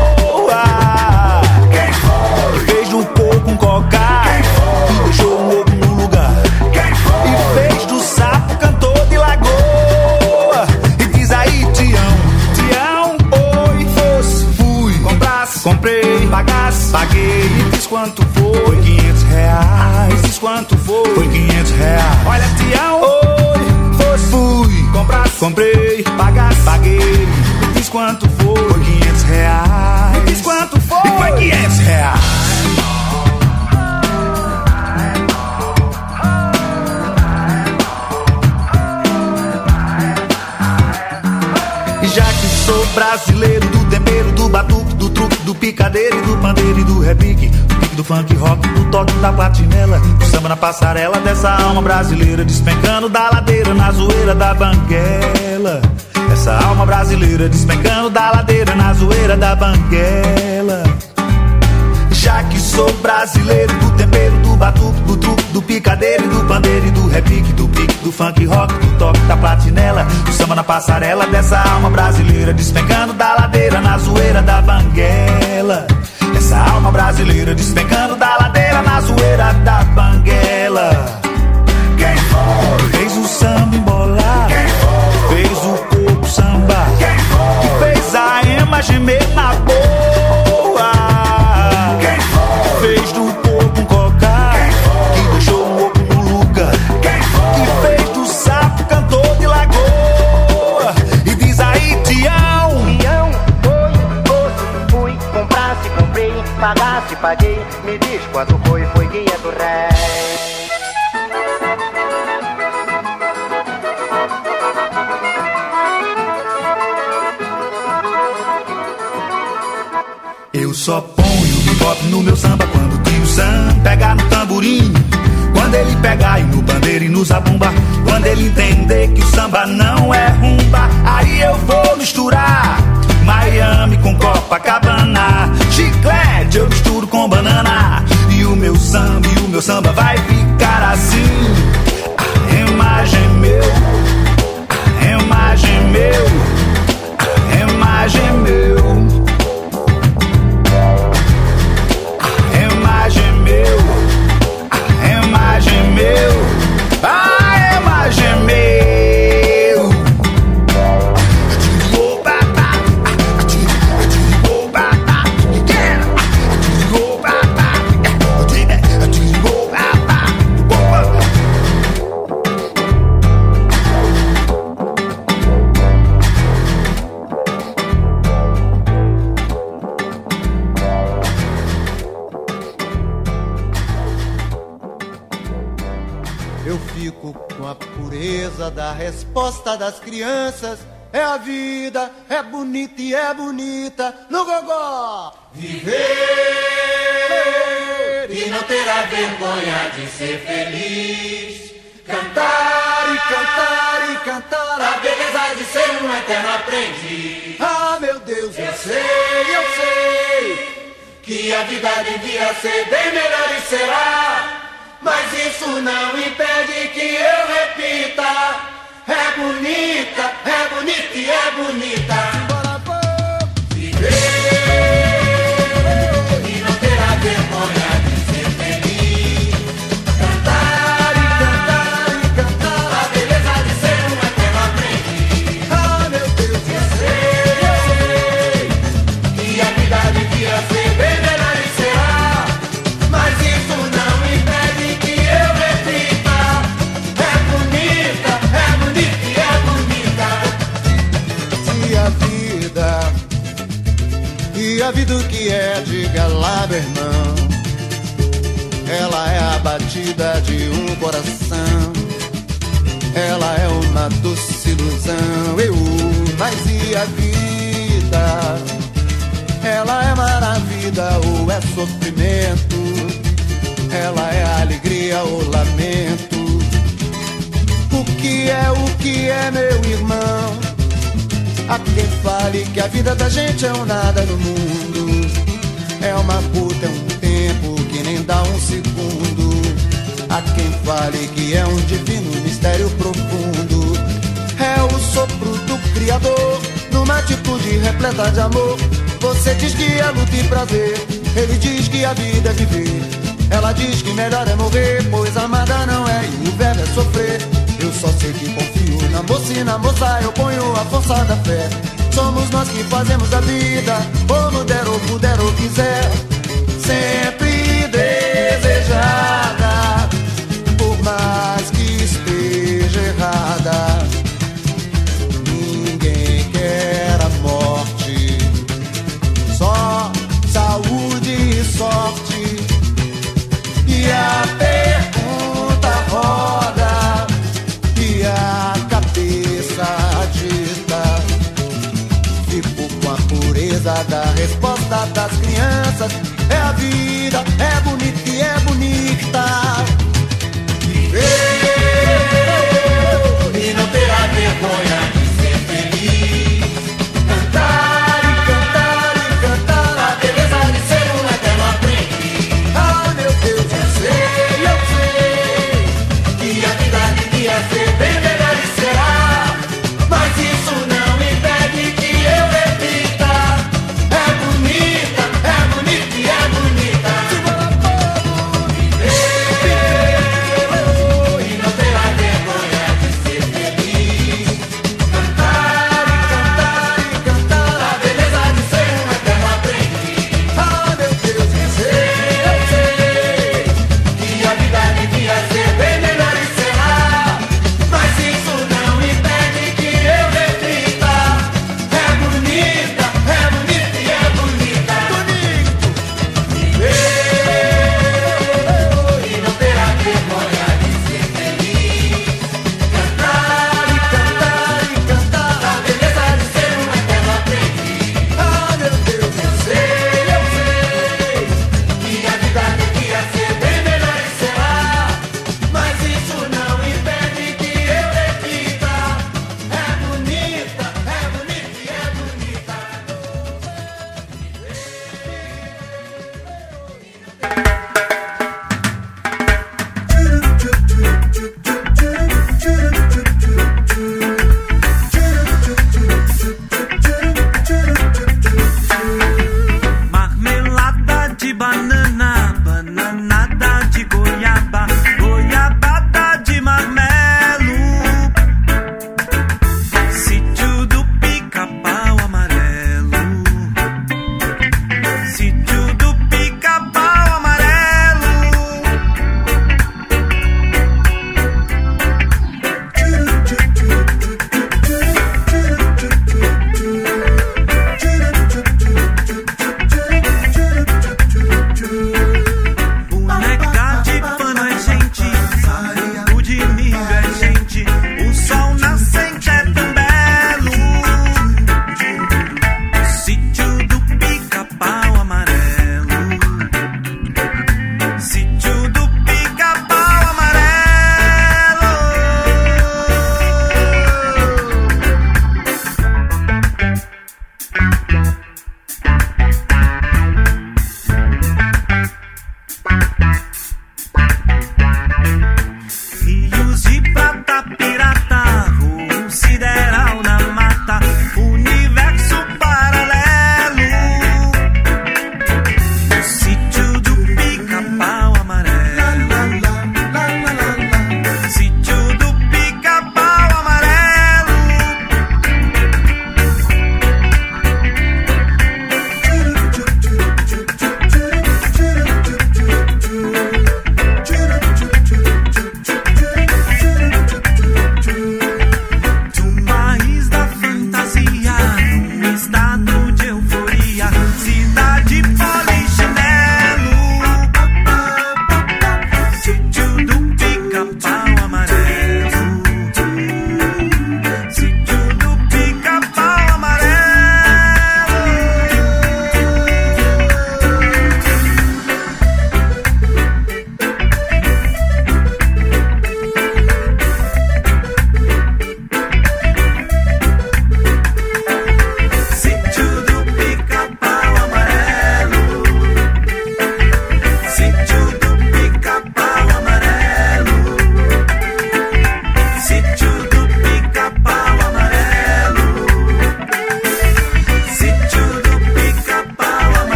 Quem foi? Que fez do coco um cocar? Quem foi? Que deixou o ovo no lugar? Quem foi? E fez do sapo cantor de lagoa. E diz aí, Tião, Tião, oi, fosse, fui, comprasse, comprei, pagasse, paguei. E diz quanto foi? Foi quinhentos reais. E diz quanto foi? Foi quinhentos reais. Olha, Tião, oi, fosse, fui, comprasse, comprei, pagasse, paguei. E diz quanto foi? Foi quinhentos reais. E diz quanto foi? E foi quinhentos reais. Já que sou brasileiro, do tempero, do batuque, do truque, do picadeiro, do pandeiro e do repique, do pique, do funk rock, do toque da platinela, do samba na passarela, dessa alma brasileira despencando da ladeira na zoeira da banguela. Essa alma brasileira despencando da ladeira na zoeira da banguela. Já que sou brasileiro, do tempero, do batuque, do truque, do picadeiro e do pandeiro e do repique, do pique, do funk rock, do toque da platinela, do samba na passarela, dessa alma brasileira despencando da ladeira na zoeira da banguela. Essa alma brasileira despencando da ladeira na zoeira da banguela. Quem foi? Fez o samba embolar. Quem foi? Fez o corpo samba. Quem foi? Que fez a ema gemer na boa. Fez do corpo um cocar, que deixou o ovo no lugar, que fez do sapo cantor de lagoa. E diz aí, Tião, Tião, foi, fosse, fui, comprasse, comprei, pagasse, paguei. Me diz quanto foi, foi quinhentos reais. eu só ponho bebop no meu samba quando o tio Sam pegar no tamborim. Quando ele pegar e no bandeira e no zabumba, quando ele entender que o samba não é rumba, aí eu vou misturar Miami com Copacabana, chiclete eu misturo com banana, e o meu samba, e o meu samba vai ficar assim. A imagem é meu, a imagem é meu, a imagem é meu. A imagem é meu. Eu fico com a pureza da resposta das crianças é a vida, é bonita e é bonita no gogó. Viver e não terá vergonha de ser feliz. Cantar e cantar e cantar a beleza de ser um eterno aprendiz. Ah, meu Deus, eu sei, eu sei que a vida devia ser bem melhor e será. Mas isso não impede que eu repita. É bonita, é bonita e é bonita. Viver e não terá vergonha de ser feliz. Cantar e cantar e cantar a beleza de ser um eterno aprendiz. Ah, meu Deus, eu sei, eu sei que a vida devia ser bem melhor e será. Mas isso não impede que eu repita. É bonita, é bonita e é bonita. Se a vida, e a vida o que é, diga lá, meu irmão. Ela é a batida de um coração. Ela é uma doce ilusão. Eu, mas e a vida? Ela é maravilha ou é sofrimento? Ela é alegria ou lamento? O que é, o que é, meu irmão? Há quem fale que a vida da gente é um nada no mundo. É uma puta, é um tempo que nem dá um segundo. Há quem fale que é um divino mistério profundo. É o sopro do Criador numa atitude repleta de amor. Você diz que é luta e prazer, ele diz que a vida é viver. Ela diz que melhor é morrer, pois amada não é e o verbo é sofrer. Eu só sei que confio na moça e na moça eu ponho a força da fé. Somos nós que fazemos a vida, como der ou puder ou quiser. Sempre desejada, por mais que esteja errada. Ninguém quer a morte, só saúde e sorte. E a pergunta roda e a cabeça agita. Fico com a pureza da resposta das crianças. É a vida, é bonita e é